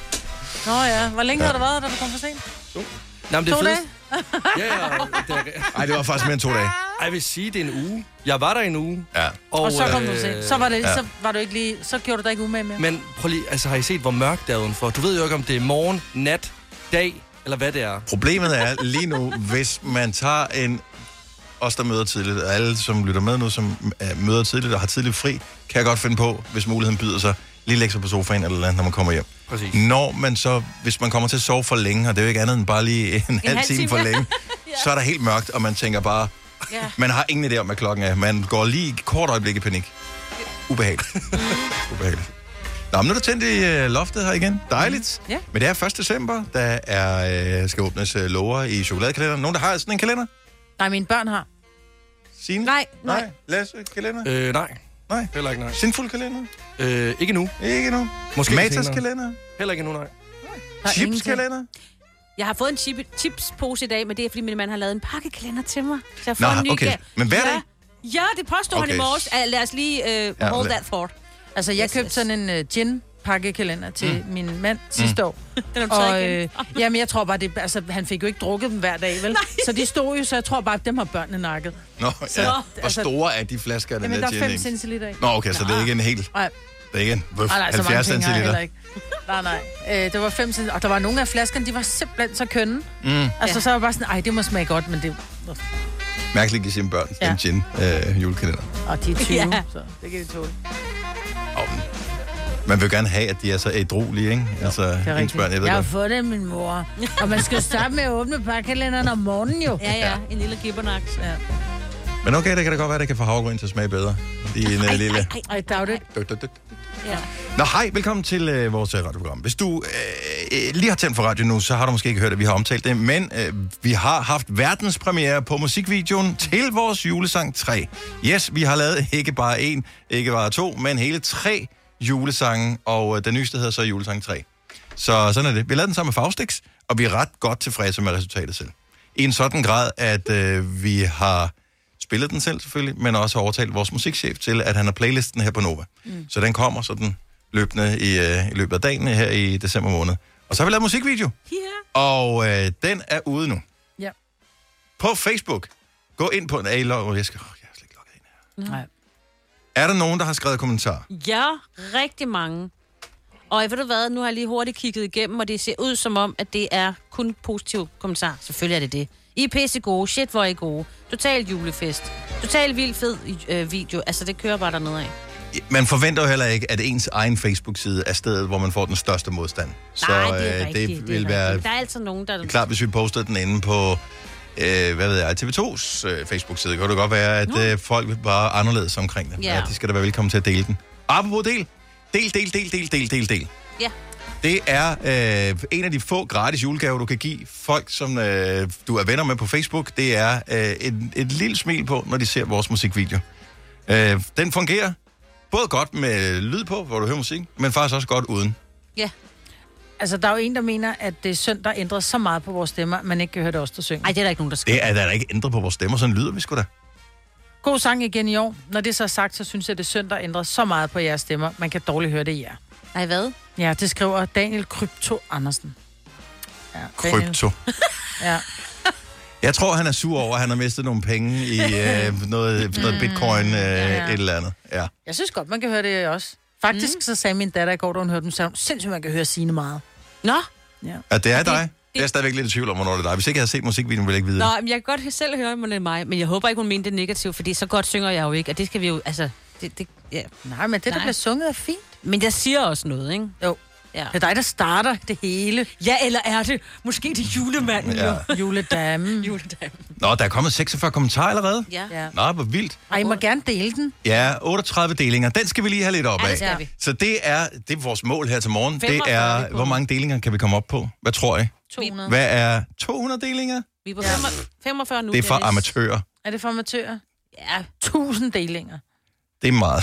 Nå ja, hvor længe ja. har du været, da du kom for sent? To. Nå, men det er to dage? ja, ja. Nej, det var faktisk mere end to dage. Jeg vil sige, det er en uge. Jeg var der en uge. Ja. Og, og så kom øh, du sent. Så var, det, ja. så var du ikke lige... Så gjorde du dig ikke umage mere. Men prøv lige, altså har I set, hvor mørkt der er udenfor? Du ved jo ikke, om det er morgen, nat, dag, eller hvad det er. Problemet er lige nu, hvis man tager en... Os, der møder tidligt, og alle, som lytter med nu, som møder tidligt og har tidligt fri, kan jeg godt finde på, hvis muligheden byder sig, lige lægge sig på sofaen eller andet, når man kommer hjem. Præcis. Når man så, hvis man kommer til at sove for længe, og det er jo ikke andet end bare lige en, en halv time, time for længe, ja. så er der helt mørkt, og man tænker bare, ja. man har ingen idé om, hvad klokken er. Man går lige et kort øjeblik i panik. Ubehageligt. Ubehageligt. Nå, men nu er der tændt i uh, loftet her igen. Dejligt. Ja. Men det er første december, der er, uh, skal åbnes uh, låger i chokoladekalenderen. Nogen, der har sådan en kalender? Nej, mine børn har. Signe? Nej, nej. nej. Lasse, kalender? Øh, nej. Nej. Heller ikke nej. Sinfuld kalender? Øh, ikke nu. Ikke nu. Måske Matas kalender? Heller ikke nu, nej. nej. Chips kalender? Jeg har fået en chip, chipspose i dag, men det er, fordi min mand har lavet en pakkekalender til mig. Så jeg får Nå, en ny okay. gave. Men hver ja. dag? Ja, det påstår okay. han i morges. Uh, lad os lige uh, ja, hold that thought. Altså, jeg købte sådan en uh, gin pakkekalender til mm. min mand sidste mm. år. Den og, øh, jamen, jeg tror bare, det, altså, han fik jo ikke drukket dem hver dag, vel? Nej. Så de stod jo, så jeg tror bare, at dem har børnene nakket. Nå, så, ja. Hvor altså, store er de flasker, den jamen, der gin? Jamen, der er fem centiliter i. Nå, okay, så det er ikke en helt... Nej. Det er ikke en nej, nej, halvfjerds centiliter. Ikke. Nej, nej. Øh, det var fem centiliter. Og der var nogle af flaskerne, de var simpelthen så kønne. Mm. Altså, ja. så var jeg bare sådan, ej, det må smage godt, men det... Mærkeligt at give sine børn ja. en gin øh, julekalender. Og de er tyve, ja. så det kan de tåle. Oh, man vil gerne have, at de er så ædrolige, ikke? Jo, altså, det er børn, jeg ved jeg har fået det af min mor. Og man skal starte med at åbne pakkekalenderen om morgenen jo. Ja, ja, en lille gibbernaks. Ja. Men okay, det kan da godt være, at det kan få havregryn til at smage bedre. I en ej, lille... Ej, ej, doubt it. Ja. Nå, hej, velkommen til øh, vores radioprogram. Hvis du øh, lige har tændt for radio nu, så har du måske ikke hørt, at vi har omtalt det, men øh, vi har haft verdenspremiere på musikvideoen til vores julesang tre. Yes, vi har lavet ikke bare en, ikke bare to, men hele tre julesange, og øh, den nyeste hedder så julesang tre. Så sådan er det. Vi lavede den sammen med Faustix, og vi er ret godt tilfredse med resultatet selv. I en sådan grad, at øh, vi har spillet den selv selvfølgelig, men også har overtalt vores musikchef til, at han har playlisten her på Nova. Mm. Så den kommer sådan løbende i, øh, i løbet af dagen her i december måned. Og så har vi lavet musikvideo. Yeah. Og øh, den er ude nu. Ja. På Facebook. Gå ind på en A-log. Jeg skal... Oh, jeg er slet ikke logget ind her. Nej. Er der nogen, der har skrevet kommentarer? Ja, rigtig mange. Og ved du hvad, nu har jeg lige hurtigt kigget igennem, og det ser ud som om, at det er kun positive kommentarer. Selvfølgelig er det det. I er pisse gode, shit hvor er I gode. Total julefest. Total vild fed øh, video. Altså, det kører bare dernede af. Man forventer jo heller ikke, at ens egen Facebook-side er stedet, hvor man får den største modstand. Så Nej, det er øh, rigtigt. det Det vil er være... rigtigt. Der er altid nogen, der... Klart, hvis vi postede den inde på, øh, hvad ved jeg, T V to's øh, Facebook-side, kan det godt være, at øh, folk var anderledes omkring det. Ja. Ja, de skal da være velkommen til at dele den. Apropos del. Del, del, del, del, del, del, del. Ja. Det er øh, en af de få gratis julegaver, du kan give folk, som øh, du er venner med på Facebook. Det er øh, et, et lille smil på, når de ser vores musikvideo. Øh, den fungerer både godt med lyd på, hvor du hører musik, men faktisk også godt uden. Ja. Altså, der er jo en, der mener, at det er synd, der ændrer så meget på vores stemmer, man ikke kan høre det også, der synger. Ej, det er der ikke nogen, der skal. Det er der ikke ændret på vores stemmer, sådan lyder vi sgu da. God sang igen i år. Når det så er sagt, så synes jeg, det er synd, der ændrer så meget på jeres stemmer. Man kan dårligt høre det i jer. Ej, hvad? Ja, det skriver Daniel Krypto Andersen. Ja, Daniel. Krypto. Ja. Jeg tror, han er sur over, at han har mistet nogle penge i øh, noget, noget bitcoin, øh, ja. et eller andet. Ja. Jeg synes godt, man kan høre det også. Faktisk mm. så sagde min datter i går, da hun hørte dem, sagde hun, sindssygt, man kan høre Signe meget. Nå? Ja. At det er dig? Jeg er stadigvæk lidt i tvivl om, hvornår det er dig. Hvis ikke jeg havde set musikvideoen, ville jeg ikke vide. Nå, men jeg kan godt selv høre, at det er mig, men jeg håber ikke, hun mente det negativt, fordi så godt synger jeg jo ikke, og det skal vi jo, altså... Det, det, ja. Nej, men det, der bliver sunget, er fint. Men jeg siger også noget, ikke? Jo. Ja. Det er dig, der starter det hele. Ja, eller er det måske det julemanden, Ja. jo? Juledammen. Juledammen. Nå, der er kommet seksogfyrre kommentarer allerede. Ja. Ja. Nå, hvor vildt. Ej, I må gerne dele den. Ja, otteogtredive delinger. Den skal vi lige have lidt op Ja, af. det skal vi. Så det er, det er vores mål her til morgen. Det femogfyrre er vi er, på. hvor mange delinger kan vi komme op på? Hvad tror I? to hundrede. Hvad er to hundrede delinger? Vi er på femogfyrre nu, Det er for Dennis. amatører. Er det for amatører? Ja. Tusind delinger. Det er meget.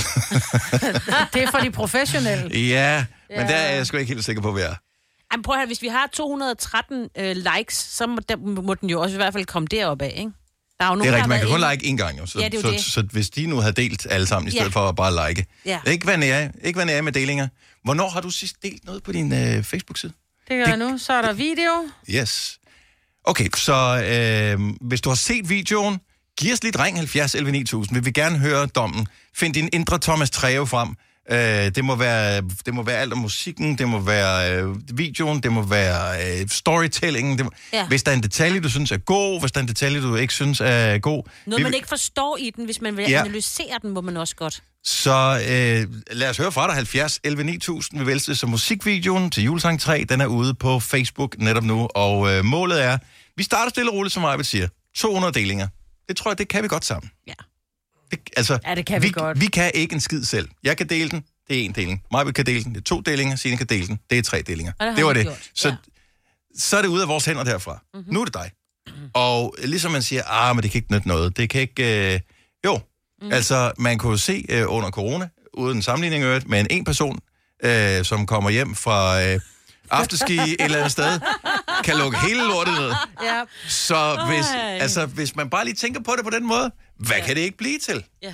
Det er for de professionelle. ja, men Ja. der er jeg sgu ikke helt sikker på, hvad jeg er. Jamen, prøv at høre, hvis vi har to hundrede og tretten øh, likes, så må, der, må den jo også i hvert fald komme derop af, ikke? Der er jo nogen, Det er der rigtigt, har man kan været kun inde- like én gang jo. Så, Ja, det er jo så, det. så, så hvis de nu havde delt alle sammen, i stedet Ja. for at bare like. Ja. Ikke hvad jeg ikke hvad jeg er med delinger. Hvornår har du sidst delt noget på din øh, Facebook-side? Det gør jeg nu. Så er der video. Yes. Okay, så øh, hvis du har set videoen, giv os lidt ring halvfjerds elleve ni tusind. Vi vil gerne høre dommen. Find din indre Thomas Treve frem. Øh, det, må være, det må være alt om musikken, det må være øh, videoen, det må være øh, storytellingen. Det må, Ja. Hvis der er en detalje, du synes er god, hvis der er en detalje, du ikke synes er god. Noget, vi man vil- ikke forstår i den, hvis man vil Ja. analysere den, må man også godt. Så øh, lad os høre fra dig, halvfjerds elleve ni tusind. Vi vælger det som musikvideoen til Julesang tre. Den er ude på Facebook netop nu, og øh, målet er, vi starter stille og roligt, som Arvid siger. to hundrede delinger. Det tror jeg, det kan vi godt sammen. Ja. Det, altså, Ja, det kan vi vi godt. Vi kan ikke en skid selv. Jeg kan dele den, det er en deling. Marvind kan dele den, det er to delinger. Signe kan dele den, det er tre delinger. Og det har Det var vi det. gjort, Så, ja. så er det ude af vores hænder derfra. Mm-hmm. Nu er det dig. Og ligesom man siger, ah, men det kan ikke nytte noget. Det kan ikke... Øh... Jo, mm. altså man kunne jo se øh, under corona, uden sammenligning i øvrigt, med en, en person, øh, som kommer hjem fra øh, afterski et eller andet sted, kan lukke hele lortet ned. Ja. Så hvis, Ej. altså, hvis man bare lige tænker på det på den måde, hvad ja. kan det ikke blive til? Ja.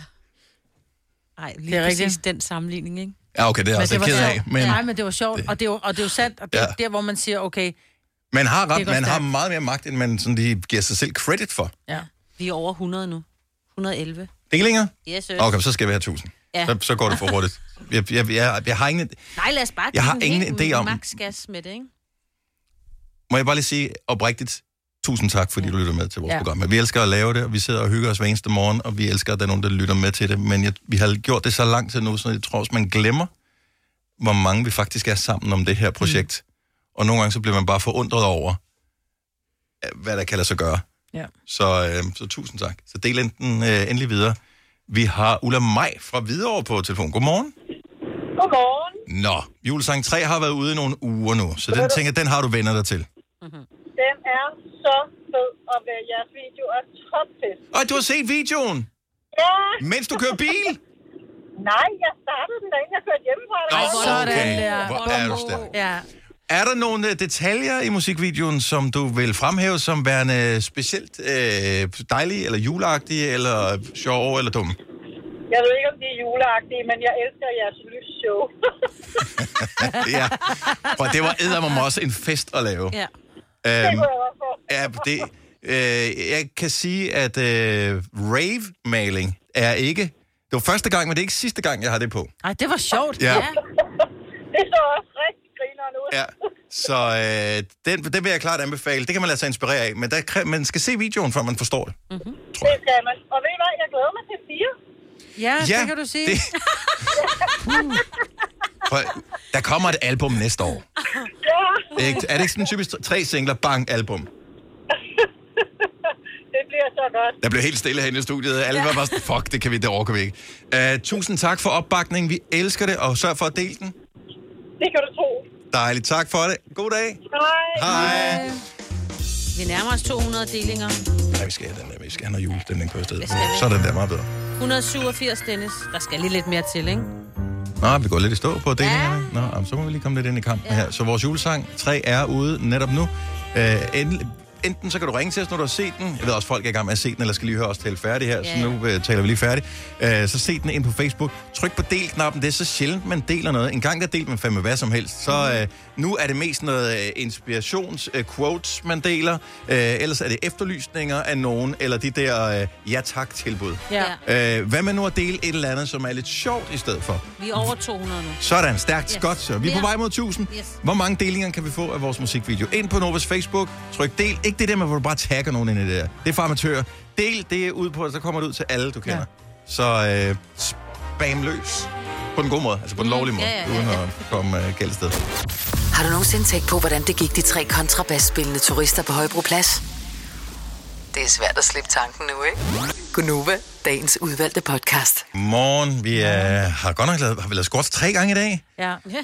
Nej, lige Det er præcis rigtigt. den sammenligning, ikke? Ja, okay, det er Men også det en var ked af. sjovt. Men Nej, men det var sjovt, og det er jo, og det er jo sandt, og det er Ja. ja. der, hvor man siger, okay, man har, Det ret, er godt man har stærkt. meget mere magt, end man sådan lige giver sig selv credit for. ja. Vi er over hundrede nu. et hundrede og elleve. Delinger? Yes, sir. Okay, så skal vi have tusind. Ja. Så, så går det for hurtigt. Jeg, jeg, jeg, jeg har ingen... Nej, lad os bare Jeg har give ingen den idé om- max gas med det, ikke? Må jeg bare lige sige oprigtigt, tusind tak, fordi du lytter med til vores Ja. program. Vi elsker at lave det, og vi sidder og hygger os hver eneste morgen, og vi elsker, at der er nogen, der lytter med til det. Men jeg, vi har gjort det så lang tid nu, så jeg tror også, man glemmer, hvor mange vi faktisk er sammen om det her projekt. Mm. Og nogle gange så bliver man bare forundret over, hvad der kan lade sig gøre. Ja. Så, øh, så tusind tak. Så del enten øh, endelig videre. Vi har Ulla Maj fra Hvidovre på telefon. Godmorgen. Godmorgen. Nå, Julesang tre har været ude i nogle uger nu, så den tænker, den har du venner dig til. Den er så fed, og jeres video er topfest. Og du har set videoen, Ja. mens du kører bil? Nej, jeg startede den, da inden jeg kørte hjemmefra. Nå, Sådan okay. der. Hvor er du stærk. Ja. Er der nogle øh, detaljer i musikvideoen, som du vil fremhæve som værende specielt øh, dejlige, eller juleagtige, eller sjove, eller dumme? Jeg ved ikke, om de er juleagtige, men jeg elsker jeres lysshow. Ja, for det var eddermame også en fest at lave. Ja. Det Øhm, kunne jeg også få. ja, det, øh, jeg kan sige, at øh, rave-maling er ikke Det var første gang, men det er ikke sidste gang, jeg har det på. Ej, det var sjovt. Ja. Ja. Det så også rigtig griner nu. Ja. Så øh, den, den vil jeg klart anbefale. Det kan man lade sig inspirere af, men der, kræ- man skal se videoen, før man forstår det. Mm-hmm. Det skal man. Og ved I hvad, jeg glæder mig til fire. Ja, Ja, det kan du sige. det- For, der kommer et album næste år. Ja, Ikke? Er det ikke sådan typisk tre singler, bang, album? det bliver så godt. Der blev helt stille herinde i studiet. Alle var bare sådan, fuck, det kan vi, det orker vi ikke. Uh, tusind tak for opbakningen. Vi elsker det, og sørg for at dele den. Det kan du tro. Dejligt. Tak for det. God dag. Hej. Hej. Vi nærmer os to hundrede delinger. Nej, vi skal have den der. Vi skal have noget julestemning på stedet. Det skal vi. Så er den der meget bedre. et hundrede syvogfirs, Dennis. Der skal lige lidt mere til, ikke? Nå, vi går lidt i stå på delingerne. Nå, jamen, så må vi lige komme lidt ind i kampen ja. her. Så vores julesang tre er ude netop nu. Uh, endelig, enten så kan du ringe til os, når du har set den. Jeg ved også, folk er i gang med at se den, eller skal lige høre os tale færdig her, yeah. så nu uh, taler vi lige færdig. Uh, så se den ind på Facebook. Tryk på del-knappen. Det er så sjældent, man deler noget. En gang der delte man fandme hvad som helst. Så uh, nu er det mest noget uh, inspirations-quotes, uh, man deler. Uh, ellers er det efterlysninger af nogen, eller de der uh, ja-tak-tilbud. Ja. Uh, hvad med nu at dele et eller andet, som er lidt sjovt i stedet for? Vi er over to hundrede nu. Sådan, stærkt, yes. Godt så. Vi er på Ja. vej mod tusind. Yes. Hvor mange delinger kan vi få af vores musikvideo? Ind på Novas Facebook, tryk del. Ikke det der med, hvor du bare tagger nogen ind i det der. Det er for amatører. Del, det er ud på, så kommer det ud til alle, du kender. Ja. Så øh, spam løs. På den gode måde, altså på den lovlige måde, Ja, ja, ja, uden ja. at komme øh, galt sted. Har du nogensinde tænkt på, hvordan det gik de tre kontrabasspillende turister på Højbroplads? Det er svært at slippe tanken nu, ikke? Gunova, dagens udvalgte podcast. Morgen, vi øh, har godt nok lavet, har vi lavet squats tre gange i dag. Ja. ja.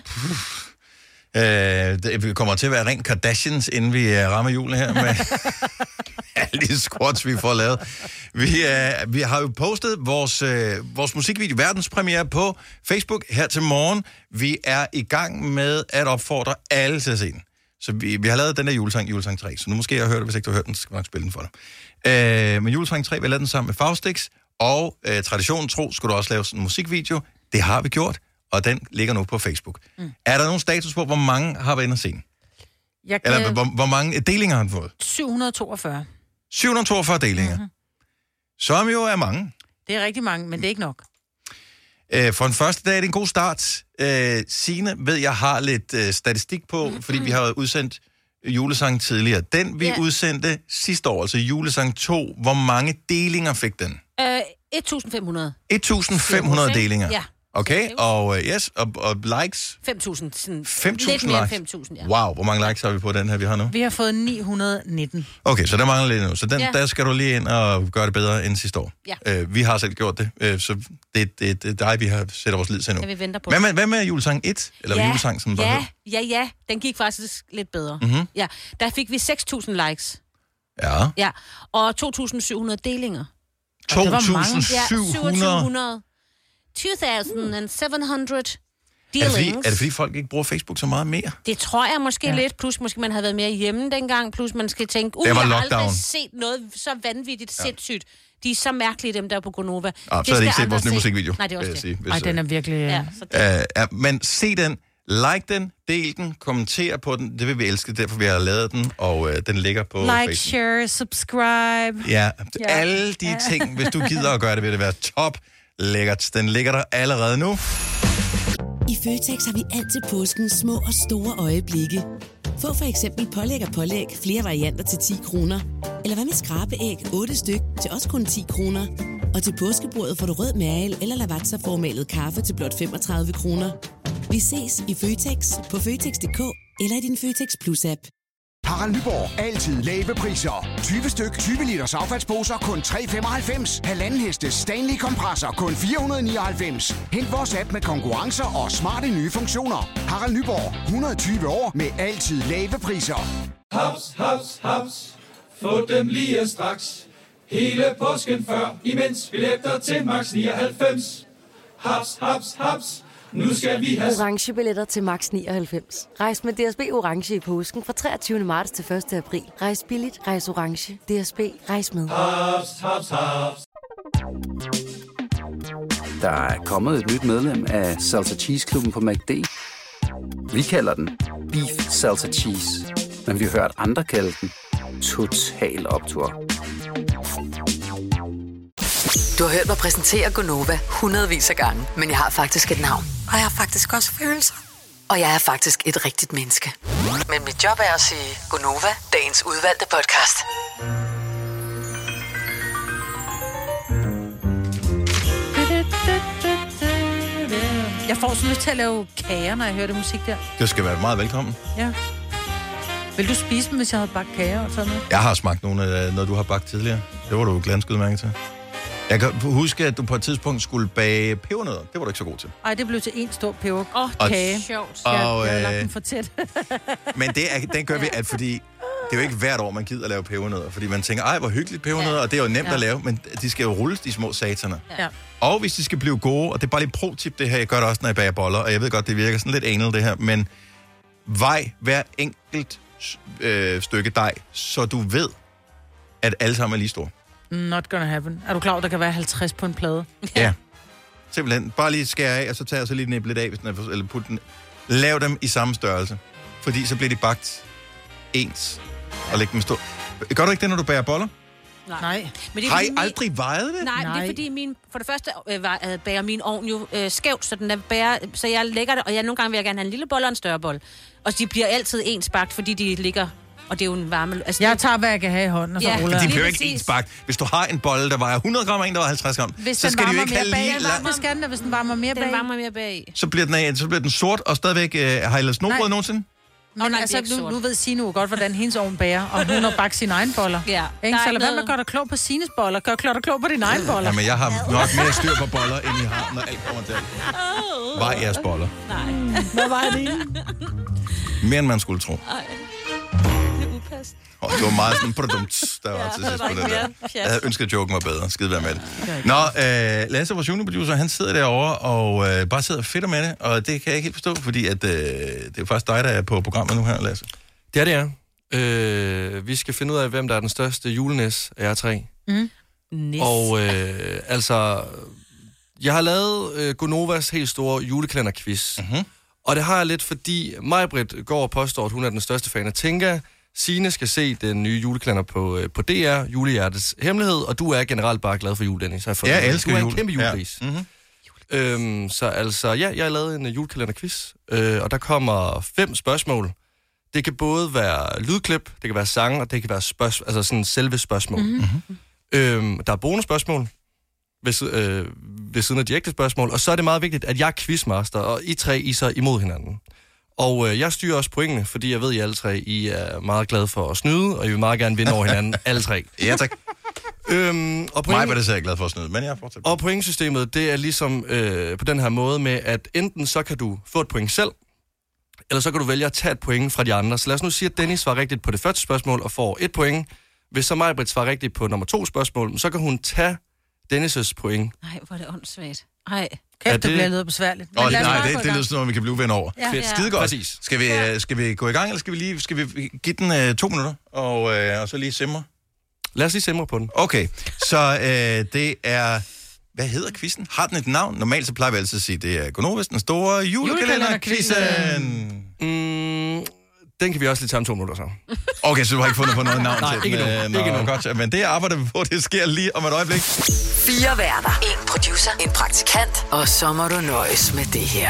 Øh, det, vi kommer til at være rent Kardashians, inden vi øh, rammer julen her med alle de squats, vi får lavet. Vi, øh, vi har jo postet vores, øh, vores musikvideo, verdenspremiere, på Facebook her til morgen. Vi er i gang med at opfordre alle til at se den. Så vi, vi har lavet den der julesang, julesang tre, så nu måske jeg har hørt det, hvis ikke du har hørt den, så skal jeg nok spille den for dig. Øh, men julesang tre, vi har lavet den sammen med Faustix, og øh, traditionen tro, skulle du også lave sådan en musikvideo. Det har vi gjort, og den ligger nu på Facebook. Mm. Er der nogen status på, hvor mange har været inde og se den? Jeg kan... Eller hvor, hvor mange delinger har den fået? syv hundrede toogfyrre. syv hundrede toogfyrre delinger. Mm-hmm. Som jo er mange. Det er rigtig mange, men det er ikke nok. Øh, for en første dag er det en god start. Øh, Signe ved, jeg har lidt øh, statistik på, mm-hmm. fordi vi har udsendt julesang tidligere. Den, vi yeah. udsendte sidste år, altså julesang to, hvor mange delinger fik den? Øh, et tusind fem hundrede. et tusind fem hundrede delinger. Ja. Okay, og uh, yes, og, og likes? fem tusind. Sådan fem tusind lidt mere end likes? fem tusind, ja. Wow, hvor mange likes har vi på den her, vi har nu? Vi har fået ni hundrede nitten. Okay, så der mangler lidt nu. Så den, Ja. der skal du lige ind og gøre det bedre end sidste år. Ja. Uh, vi har selv gjort det, uh, så det, det, det er dig, vi har sætter vores lid til nu. Ja, vi venter på hvad, det. med, hvad med julesang et? Eller ja, julesang, som der ja, hed? ja, ja, den gik faktisk lidt bedre. Mhm. Ja, der fik vi seks tusind likes. Ja. Ja, og to tusind syv hundrede delinger. to tusind syv hundrede? Ja, syvogtyve hundrede. to tusind syv hundrede Er det, fordi, dealings. er det fordi, folk ikke bruger Facebook så meget mere? Det tror jeg måske Ja. ja. lidt, plus måske man havde været mere hjemme dengang, plus man skal tænke, uh, Det var jeg har lockdown. aldrig set noget så vanvittigt ja. sindssygt. De er så mærkelige, dem der er på Gonova. Ah, så har de skal ikke set andre vores nye se. musikvideo, Nej, det er vil også jeg det. sige, hvis, Ej, den er virkelig... Ja, så det. Uh, ja, men se den, like den, del den, kommenter på den. Det vil vi elske, derfor vi har lavet den, og uh, den ligger på Like, Facebook. share, subscribe. Ja, Ja. alle de Ja. ting, hvis du gider at gøre det, vil det være top lækkert. Den ligger der allerede nu. I Føtex har vi altid påsken små og store øjeblikke. Få for eksempel pålæg og pålæg flere varianter til ti kroner. Eller hvad med skrabeæg otte styk til også kun ti kroner. Og til påskebordet får du rød mal eller lavatserformalet kaffe til blot femogtredive kroner. Vi ses i Føtex på Føtex punktum d k eller i din Føtex Plus-app. Harald Nyborg. Altid lave priser. tyve styk, tyve liters affaldsposer kun tre femoghalvfems. Halvanden heste Stanley kompresser kun fire hundrede nioghalvfems. Hent vores app med konkurrencer og smarte nye funktioner. Harald Nyborg. hundrede og tyve år med altid lave priser. Haps, haps, haps. Få dem lige straks. Hele påsken før, imens billetter til max nioghalvfems. Haps, haps, haps. Nu skal vi have... Orange billetter til max nioghalvfems. Rejs med D S B Orange i påsken fra treogtyvende marts til første april. Rejs billigt, rejs orange. D S B, rejs med. Haps, haps, haps. Der er kommet et nyt medlem af Salsa Cheese Klubben på McD. Vi kalder den Beef Salsa Cheese, men vi har hørt andre kalde den Total Optur. Du Du har hørt mig præsentere Gonova hundredvis af gange, men jeg har faktisk et navn. Og jeg har faktisk også følelser. Og jeg er faktisk et rigtigt menneske. Men mit job er at sige Gonova, dagens udvalgte podcast. Jeg får sådan lyst til at lave kager, når jeg hører det musik der. Det skal være meget velkommen. Ja. Vil du spise dem, hvis jeg havde bagt kager og sådan noget? Jeg har smagt nogle af noget, du har bagt tidligere. Det var du glansket mærke til. Jeg kan huske, at du på et tidspunkt skulle bage pebernødder. Det var du ikke så god til. Ej, det blev til en stor peber. Åh, oh, kage. Sjovt. Og, jeg, jeg har øh, lagt den for tæt. Men det er, den gør vi, at fordi det er jo ikke hvert år, man gider at lave pebernødder. Fordi man tænker, ej, hvor hyggeligt pebernødder, ja. Og det er jo nemt ja. At lave, men de skal jo rulles, de små sataner. Ja. Og hvis de skal blive gode, og det er bare lige pro-tip det her, jeg gør det også, når jeg bager boller, og jeg ved godt, det virker sådan lidt anal det her, men vej hver enkelt øh, stykke dej, så du ved, at alle sammen er lige store. Not gonna happen. Er du klar, der kan være halvtreds på en plade? Ja. Simpelthen. Bare lige skære af, og så tager jeg så lige niblet af, hvis den er for, eller put den. Lav dem i samme størrelse. Fordi så bliver de bagt ens. Og læg dem stå. Gør du ikke det, når du bager boller? Nej. Men det Har I min... aldrig vejet det? Nej, Nej, det er fordi min... For det første øh, var, øh, bager min ovn jo øh, skævt, så den er bager, så jeg lægger det, og jeg nogle gange vil jeg gerne have en lille bolle og en større bolle. Og de bliver altid ens bagt, fordi de ligger... Og det er jo en varme... Altså, jeg tager, hvad jeg kan have i hånden, og så ja, ruller de jeg. bliver ikke ens bagt. Hvis du har en bolle, der vejer hundrede gram, og en, der vejer halvtreds gram, hvis så skal de jo ikke have lige... Lang... Det skal den, hvis den varmer mere bag. Den varmer mere bag. Så bliver den, af, så bliver den sort, og stadigvæk... Øh, har I lavet snobrød nogensinde? Men nej, altså, nu, nu ved Signe jo godt, hvordan hendes ovn bager, og hun har bagt sine egne boller. Ja. Ikke? Så lad være med at gøre dig klog på Sines boller. Gør klog dig klog på dine egne boller. Jamen, jeg har nok mere styr på boller, end I har, når alt kommer til alt. Vej jeres boller. Nej. Hvad var det? Mere end man skulle tro. Ej. Det er upassende. Og det var meget sådan produkt, der var ja, til sidst på det der. Jeg havde ønsket, at joken var bedre. Skide være med det. Nå, øh, Lasse, vores juniorproducer, han sidder derovre og øh, bare sidder og fedter med det, og det kan jeg ikke helt forstå, fordi at, øh, det er faktisk dig, der er på programmet nu her, Lasse. Det er det, er. Øh, vi skal finde ud af, hvem der er den største julenæs af jer tre. Mm. Og øh, altså, jeg har lavet øh, Gonovas helt store julekalenderquiz. Mm-hmm. Og det har jeg lidt, fordi Maj-Brit går og påstår, at hun er den største fan af Tinka. Signe skal se den nye julekalender på, øh, på D R, Julehjertets Hemmelighed, og du er generelt bare glad for jul, Dennis. Jeg, jeg elsker jul. Du er en kæmpe julegris. Ja. Mm-hmm. Øhm, så altså, ja, jeg har lavet en uh, julekalenderquiz, øh, og der kommer fem spørgsmål. Det kan både være lydklip, det kan være sange, og det kan være spørgsmål, altså sådan selve spørgsmål. Mm-hmm. Øhm, der er bonusspørgsmål ved, øh, ved siden af direkte spørgsmål, og så er det meget vigtigt, at jeg er quizmaster, og I tre I så imod hinanden. Og øh, jeg styrer også pointene, fordi jeg ved, at I alle tre I er meget glade for at snyde, og I vil meget gerne vinde over hinanden, alle tre. Ja, tak. Øhm, og point... Mig var det så jeg glad for at snyde, men jeg fortsætter. Og pointsystemet, det er ligesom øh, på den her måde med, at enten så kan du få et point selv, eller så kan du vælge at tage et point fra de andre. Så lad os nu sige, at Dennis svarer rigtigt på det første spørgsmål og får et point. Hvis så Maj-Brit svarer rigtigt på nummer to spørgsmål, så kan hun tage Dennis' point. Nej, hvor er det åndssvagt. Ej. Kæft, det, det bliver lidt besværligt. Oh, nej, det, det lyder sådan noget, vi kan blive venner over. Ja. Fedt. Skide godt. Præcis. Skal vi, ja. skal vi gå i gang, eller skal vi lige skal vi give den uh, to minutter, og, uh, og så lige simre? Lad os lige simre på den. Okay, så uh, det er... Hvad hedder quizzen? Har den et navn? Normalt så plejer vi altid at sige, det er Gonovas, den store julekalender-quizzen. Mm, den kan vi også lige tage om to minutter så. Okay, så du har ikke fundet på noget navn Nej, til ikke den? Nej, ikke endnu. Godt, men det arbejder vi på, det sker lige om et øjeblik. Fire værter. En producer. En praktikant. Og så må du nøjes med det her.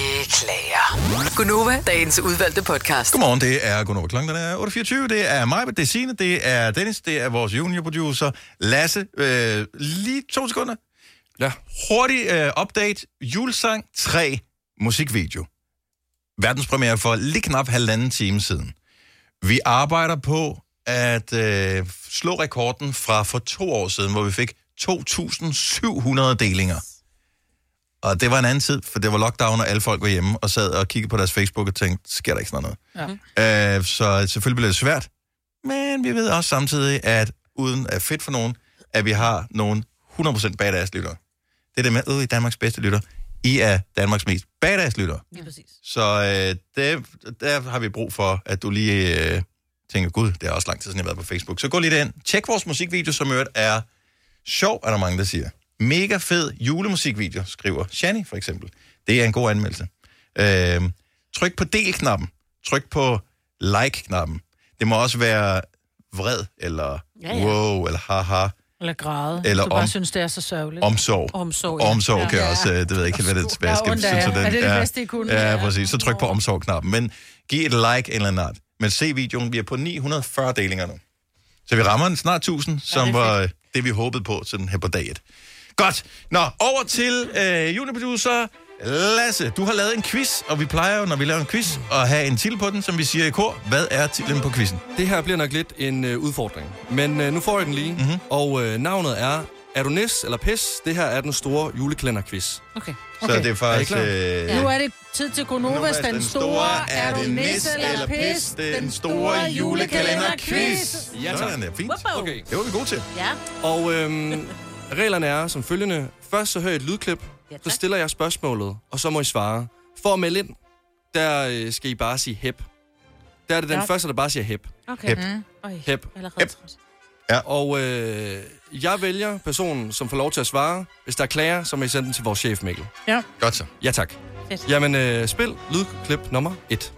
Beklager. Gonova, dagens udvalgte podcast. Godmorgen, det er Gonova. Klokken er otte fireogtyve. Det er mig, det er Signe, det er Dennis, det er vores juniorproducer Lasse. Øh, lige to sekunder. Ja. Hurtig øh, update. Julesang tre musikvideo. Verdenspremiere for lige knap halvanden time siden. Vi arbejder på at øh, slå rekorden fra for to år siden, hvor vi fik to tusind syv hundrede delinger. Og det var en anden tid, for det var lockdown, og alle folk var hjemme og sad og kiggede på deres Facebook og tænkte, sker der ikke sådan noget? Ja. Øh, så selvfølgelig blev det svært. Men vi ved også samtidig, at uden at fedt for nogen, at vi har nogle hundrede procent badass-lyttere. Det er det med, øh, i Danmarks bedste lytter. I er Danmarks mest badass-lyttere. Ja, præcis. Så øh, det, der har vi brug for, at du lige øh, tænker, gud, det er også lang tid siden, jeg har været på Facebook. Så gå lige derind. Tjek vores musikvideo, som øvrigt er sjov, er der mange, der siger. Mega fed julemusikvideo, skriver Shani for eksempel. Det er en god anmeldelse. Øh, tryk på del-knappen. Tryk på like-knappen. Det må også være vred, eller ja, ja. wow, eller haha. Eller græde. Eller du bare om- synes, det er så sørgeligt. Omsorg. Omsorg, ja. Omsorg kan Ja. også, øh, det ved jeg ikke helt, hvad det Der er hvad jeg ondt skal af synes jer. af den. Er det det Ja. bedste, I kunne? Ja, Ja. præcis. Så tryk på omsorg-knappen. Men giv et like eller andet. Men se videoen, vi er på ni hundrede og fyrre delinger nu. Så vi rammer en snart tusind, som det er var øh, det, vi håbede på sådan her på dag et. Godt. Nå, over til øh, juniorproducer Lasse. Du har lavet en quiz, og vi plejer jo, når vi laver en quiz, at have en titel på den, som vi siger i kor. Hvad er titlen på quizzen? Det her bliver nok lidt en øh, udfordring, men øh, nu får jeg den lige. Mm-hmm. Og øh, navnet er, er du nis eller pis? Det her er den store julekalenderquiz. Okay. Så det er faktisk... Er I Øh, Nu er det tid til Gonovas, den, den store, er du nis eller pis? Den store julekalenderquiz. Ja, tak. Sådan er fint. Okay. Det var vi gode til. Ja. Og øhm, reglerne er som følgende. Først så hører jeg et lydklip, Ja, så stiller jeg spørgsmålet, og så må I svare. For at melde ind, der øh, skal I bare sige hep. Der er det den Ja. første, der bare siger hep. Okay. Hep. Mm. Øj, Hep. allerede Hep. træt. Ja. Og øh, jeg vælger personen, som får lov til at svare. Hvis der er klager, så må I sende den til vores chef, Mikkel. Ja. Godt så. Ja, tak. Fedt. Jamen, øh, spil lydklip nummer et.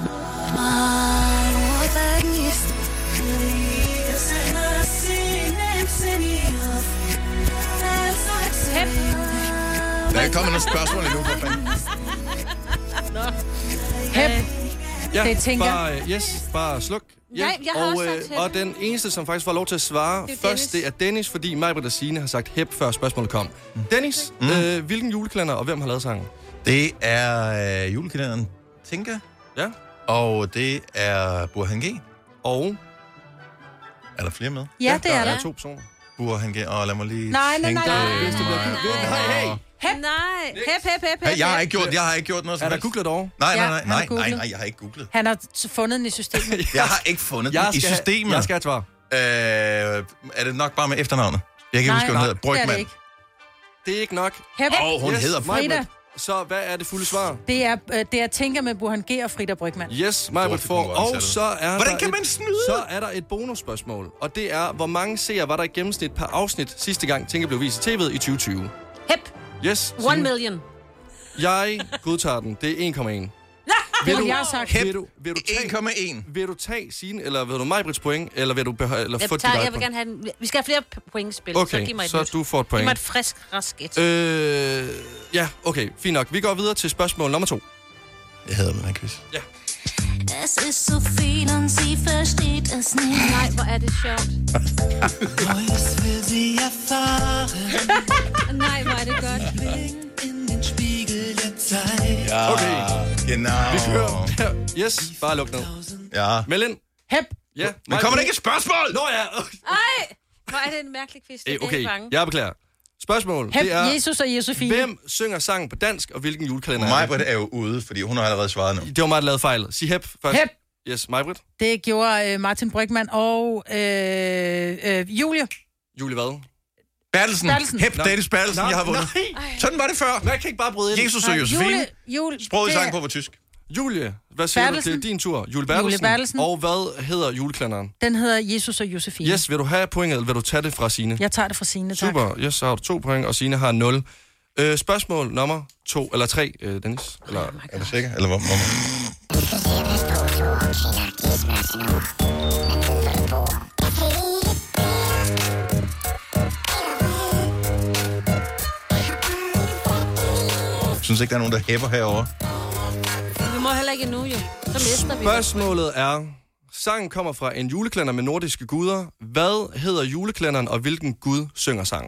Hep. Der kommer nogle spørgsmål endnu, for fanden. Hep. Ja, Det tænker jeg. bare, øh, yes, bare sluk. Ja, Nej, jeg har og, også sagt hep. og den eneste, som faktisk får lov til at svare Det er først, Dennis. det er Dennis, fordi Majbrit og Signe har sagt hep, før spørgsmålet kom. Mm. Dennis, mm. Øh, hvilken julekalender, og hvem har lavet sangen? Det er øh, julekalenderen Tinka, Ja. og det er Burhan G. Og? Er der flere med? Ja, det er der der. er to personer. Burhan G. Og lad mig lige Nej, nej, tænke... nej, nej. Hvis det bliver nej, hey. Hep. Nej. Hep, hep, hep, Hey, hep. jeg har ikke gjort, jeg har ikke gjort noget som Er der helst. googlet over? Nej, nej, Ja, nej, han har nej, nej, googlet. nej, jeg har ikke googlet. Han har t- fundet den i systemet. Jeg har ikke fundet den Jeg i skal have- systemet. Jeg skal have et svar. Øh, er det nok bare med efternavnet? Jeg kan ikke Nej, huske, hvad hun hedder. det er det Brygman. ikke. Det er ikke nok. Hep. Åh, hun Yes, hedder Majbrit. Frida. Så hvad er det fulde svar? Det er, øh, det er Tinker med Burhan G og Frida Brygman. Yes, Majbrit Stor får. konkurrence er Og det. så er Hvordan der kan et, man snyde? Så er der et bonusspørgsmål. Og det er, hvor mange seere var der i gennemsnit per afsnit sidste gang Tinker blev vist i tv'et i tyve tyve? Hep. Yes. One Signe? million. Jeg godtager den. Det er en komma en. Det vil jeg have sagt. Vil du, vil du tage, en komma en. vil du tage Signe, eller vil du Majbrits point, eller vil du beholde, eller Jeg, få dit tager, eget jeg vil point? gerne have en, vi skal have flere p- point i spil, så Okay, giv mig et så nyt. du får et Giv point. mig et frisk, rask et. Øh, ja, okay, fint nok. Vi går videre til spørgsmål nummer to. Jeg hader den her quiz. Ja. Es ist so viel und sie versteht es nicht. Nej, hvor er det sjovt. Neues will sie erfahren. Nej, hvor er det godt. In den Spiegel der Zeit. Ja, Okay. genau. Vi kører. Ja, yes, bare luk ned. Ja. Meld ind. Hep. Ja. Men kommer der ikke et spørgsmål? Nå ja. Ej, hvor er det en mærkelig quiz. Det Øh, er Okay, helt bange. jeg beklager. Spørgsmål, Hep, det er... Jesus og Josefine. Hvem synger sangen på dansk, og hvilken julekalender er Majbrit er jo ude, fordi hun har allerede svaret nu. det? Det var mig, der lavede fejl. Sig hep først. Hep. Yes, Majbrit. Det gjorde øh, Martin Brygman og øh, øh, Julie. Julie hvad? Bertelsen. Bertelsen. Hep, Nå. Dennis Bertelsen, Nå, jeg har vundet. nej. Sådan var det før. Man kan ikke bare bryde ind. Jesus og Nej, Josefine. Julie, Julie, Sproget i det er- sang på var tysk. Julie, hvad siger Bertelsen. du? Det er din tur. Julie Bertelsen. Julie Bertelsen. Og hvad hedder julekalenderen? Den hedder Jesus og Josefine. Yes, vil du have pointet, eller vil du tage det fra Signe? Jeg tager det fra Signe, tak. Super, yes, så har du to point, og Signe har nul. Øh, spørgsmål nummer to, eller tre, øh, Dennis. Eller... Oh Er du sikker? Eller hvor? hvor- Jeg synes ikke, der er nogen, der hæpper herovre. Vi må heller ikke nu, jo. Så mister vi. Spørgsmålet er, sangen kommer fra en julekalender med nordiske guder. Hvad hedder julekalenderen, og hvilken gud synger sangen?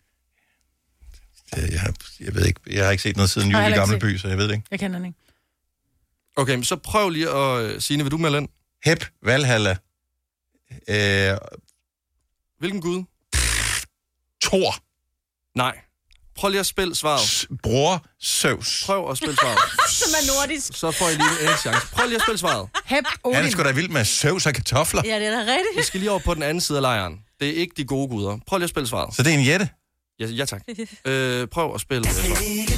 Jeg, jeg, jeg ved ikke, jeg har ikke set noget siden Har Jul i heller ikke Gamle set. By, så jeg ved det ikke. Jeg kender den ikke. Okay, men så prøv lige at... Signe, vil du melde ind? Hep, Valhalla, øh, Hvilken gud? Thor, Nej. Prøv lige at spille svaret. S- bror, Zeus. Prøv at spille svaret. Som er nordisk. Så får I lige en chance. Prøv lige at spille svaret. Hep, Han er Odin. sgu da vild med Zeus og kartofler. Ja, det er da I rigtigt. skal lige over på den anden side af lejren. Det er ikke de gode guder. Prøv lige at spille svaret. Så det er en jætte. Ja, ja tak. Øh, prøv at spille. Øh, svaret.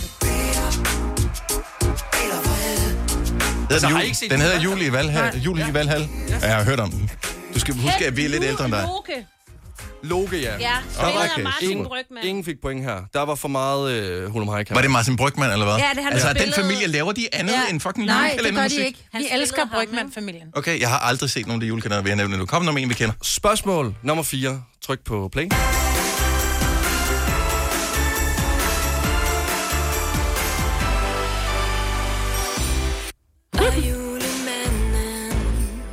Den, Så har I jul, ikke set den den? hedder Jul i Valhall. Jul i Valhall. Ja, jeg har hørt om den. Du skal huske, at vi er lidt ældre end dig. Loke. Loke, ja. Ja, Der spillet var- af Martin ingen, Brygman. ingen fik point her. Der var for meget øh, Hulumhejk her. Var det Martin Brygman, eller hvad? Ja, det er han, altså, der den spillede- familie, laver de andet Ja. end fucking Nej, det gør de julekalendermusik? ikke. Han Vi spillede elsker ham, Brygman-familien. Okay, jeg har aldrig set nogen af de julekalender, vi har nævnt endnu. Kom nu med en, vi kender. Spørgsmål nummer fire. Tryk på play.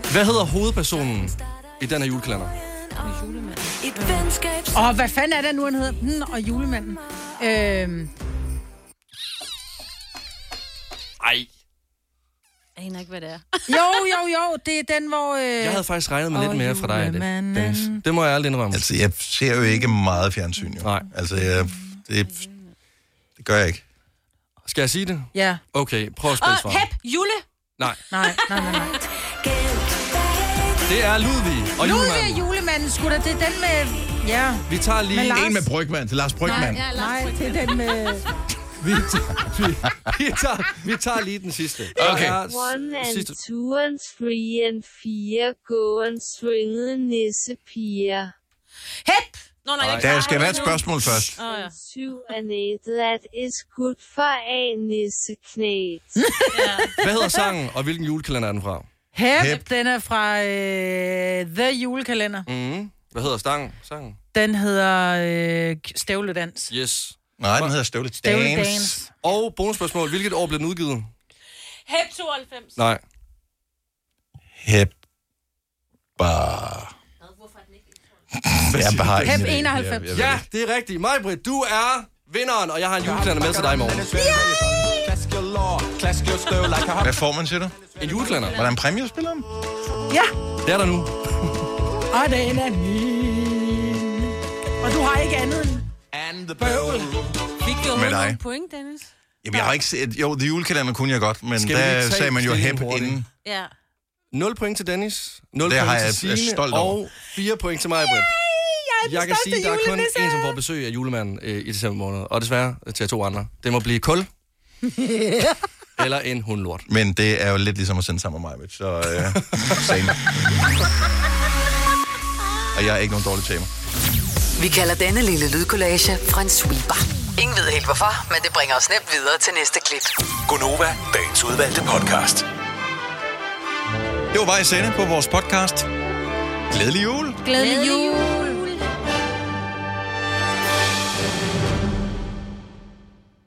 Hvad hedder hovedpersonen i den her julekalender? Åh, oh, hvad fanden er det nu, han hedder? Hmm, og julemanden. Øhm. Ej. Jeg aner ikke, hvad det er. Jo, jo, jo, det er den, hvor... Øh... Jeg havde faktisk regnet med oh, lidt mere fra dig, Dennis. Det må jeg aldrig indrømme. Altså, jeg ser jo ikke meget fjernsyn, jo. Nej. Altså, jeg, det, det gør jeg ikke. Skal jeg sige det? Ja. Okay, prøv at spille svar. Og Hep, Jule. Nej. Nej, nej, nej, nej. Det er Ludvig og Ludvig julemanden. og julemanden, sgu da. Det er den med... Ja. Vi tager lige... Med en med Brygman. Det er Lars Brygman. Nej, ja, nej, det er den med... Vi tager, vi, vi, tager, vi tager lige den sidste. Okay. One and two and three and fire go and swinge nissepiger. Hep! Nå, nej, nej. Der skal være et spørgsmål først. Oh, ja. Syv and eight, that is good for a nisseknæt. Ja. Hvad hedder sangen, og hvilken julekalender er den fra? Hep, Hep. Den er fra øh, The Julekalender. Mm. Hvad hedder sangen? sangen? Den hedder øh, Støvledans. Yes. Nej, den hedder Støvledans. Støvledans. Og bonusspørgsmål. Hvilket år blev den udgivet? Hep tooghalvfems. Nej. Hep. Bare... Jeg har Hep enoghalvfems. Jeg, jeg ja, det er rigtigt. Majbrit, du er vinderen, og jeg har en julekalender med til dig i morgen. Yay! Hvad får man, siger du? En julekalender. Var der en præmie, spiller den? Ja. Det er der nu. Og den er min. Og du har ikke andet end bøvl. Fik du med dig. Nogle point, Dennis? Jamen, jeg har ikke set... Jo, The Julekalender kunne jeg godt, men der sagde man jo Hep inden. Ja. nul point til Dennis, nul det point til Signe, og fire point til mig, Britt. Jeg, jeg kan sige, der er kun en, som får besøg af julemanden øh, i december måned, og desværre til to andre. Det må blive kul, eller en hundlort. Men det er jo lidt ligesom at sende sammen med mig, så øh, same. Og jeg er ikke nogen dårlig tamer. Vi kalder denne lille lydkollage en sweeper. Ingen ved helt hvorfor, men det bringer os nemt videre til næste klip. Gonova, dagens udvalgte podcast. Det var bare i sende på vores podcast. Glædelig jul. Glædelig jul.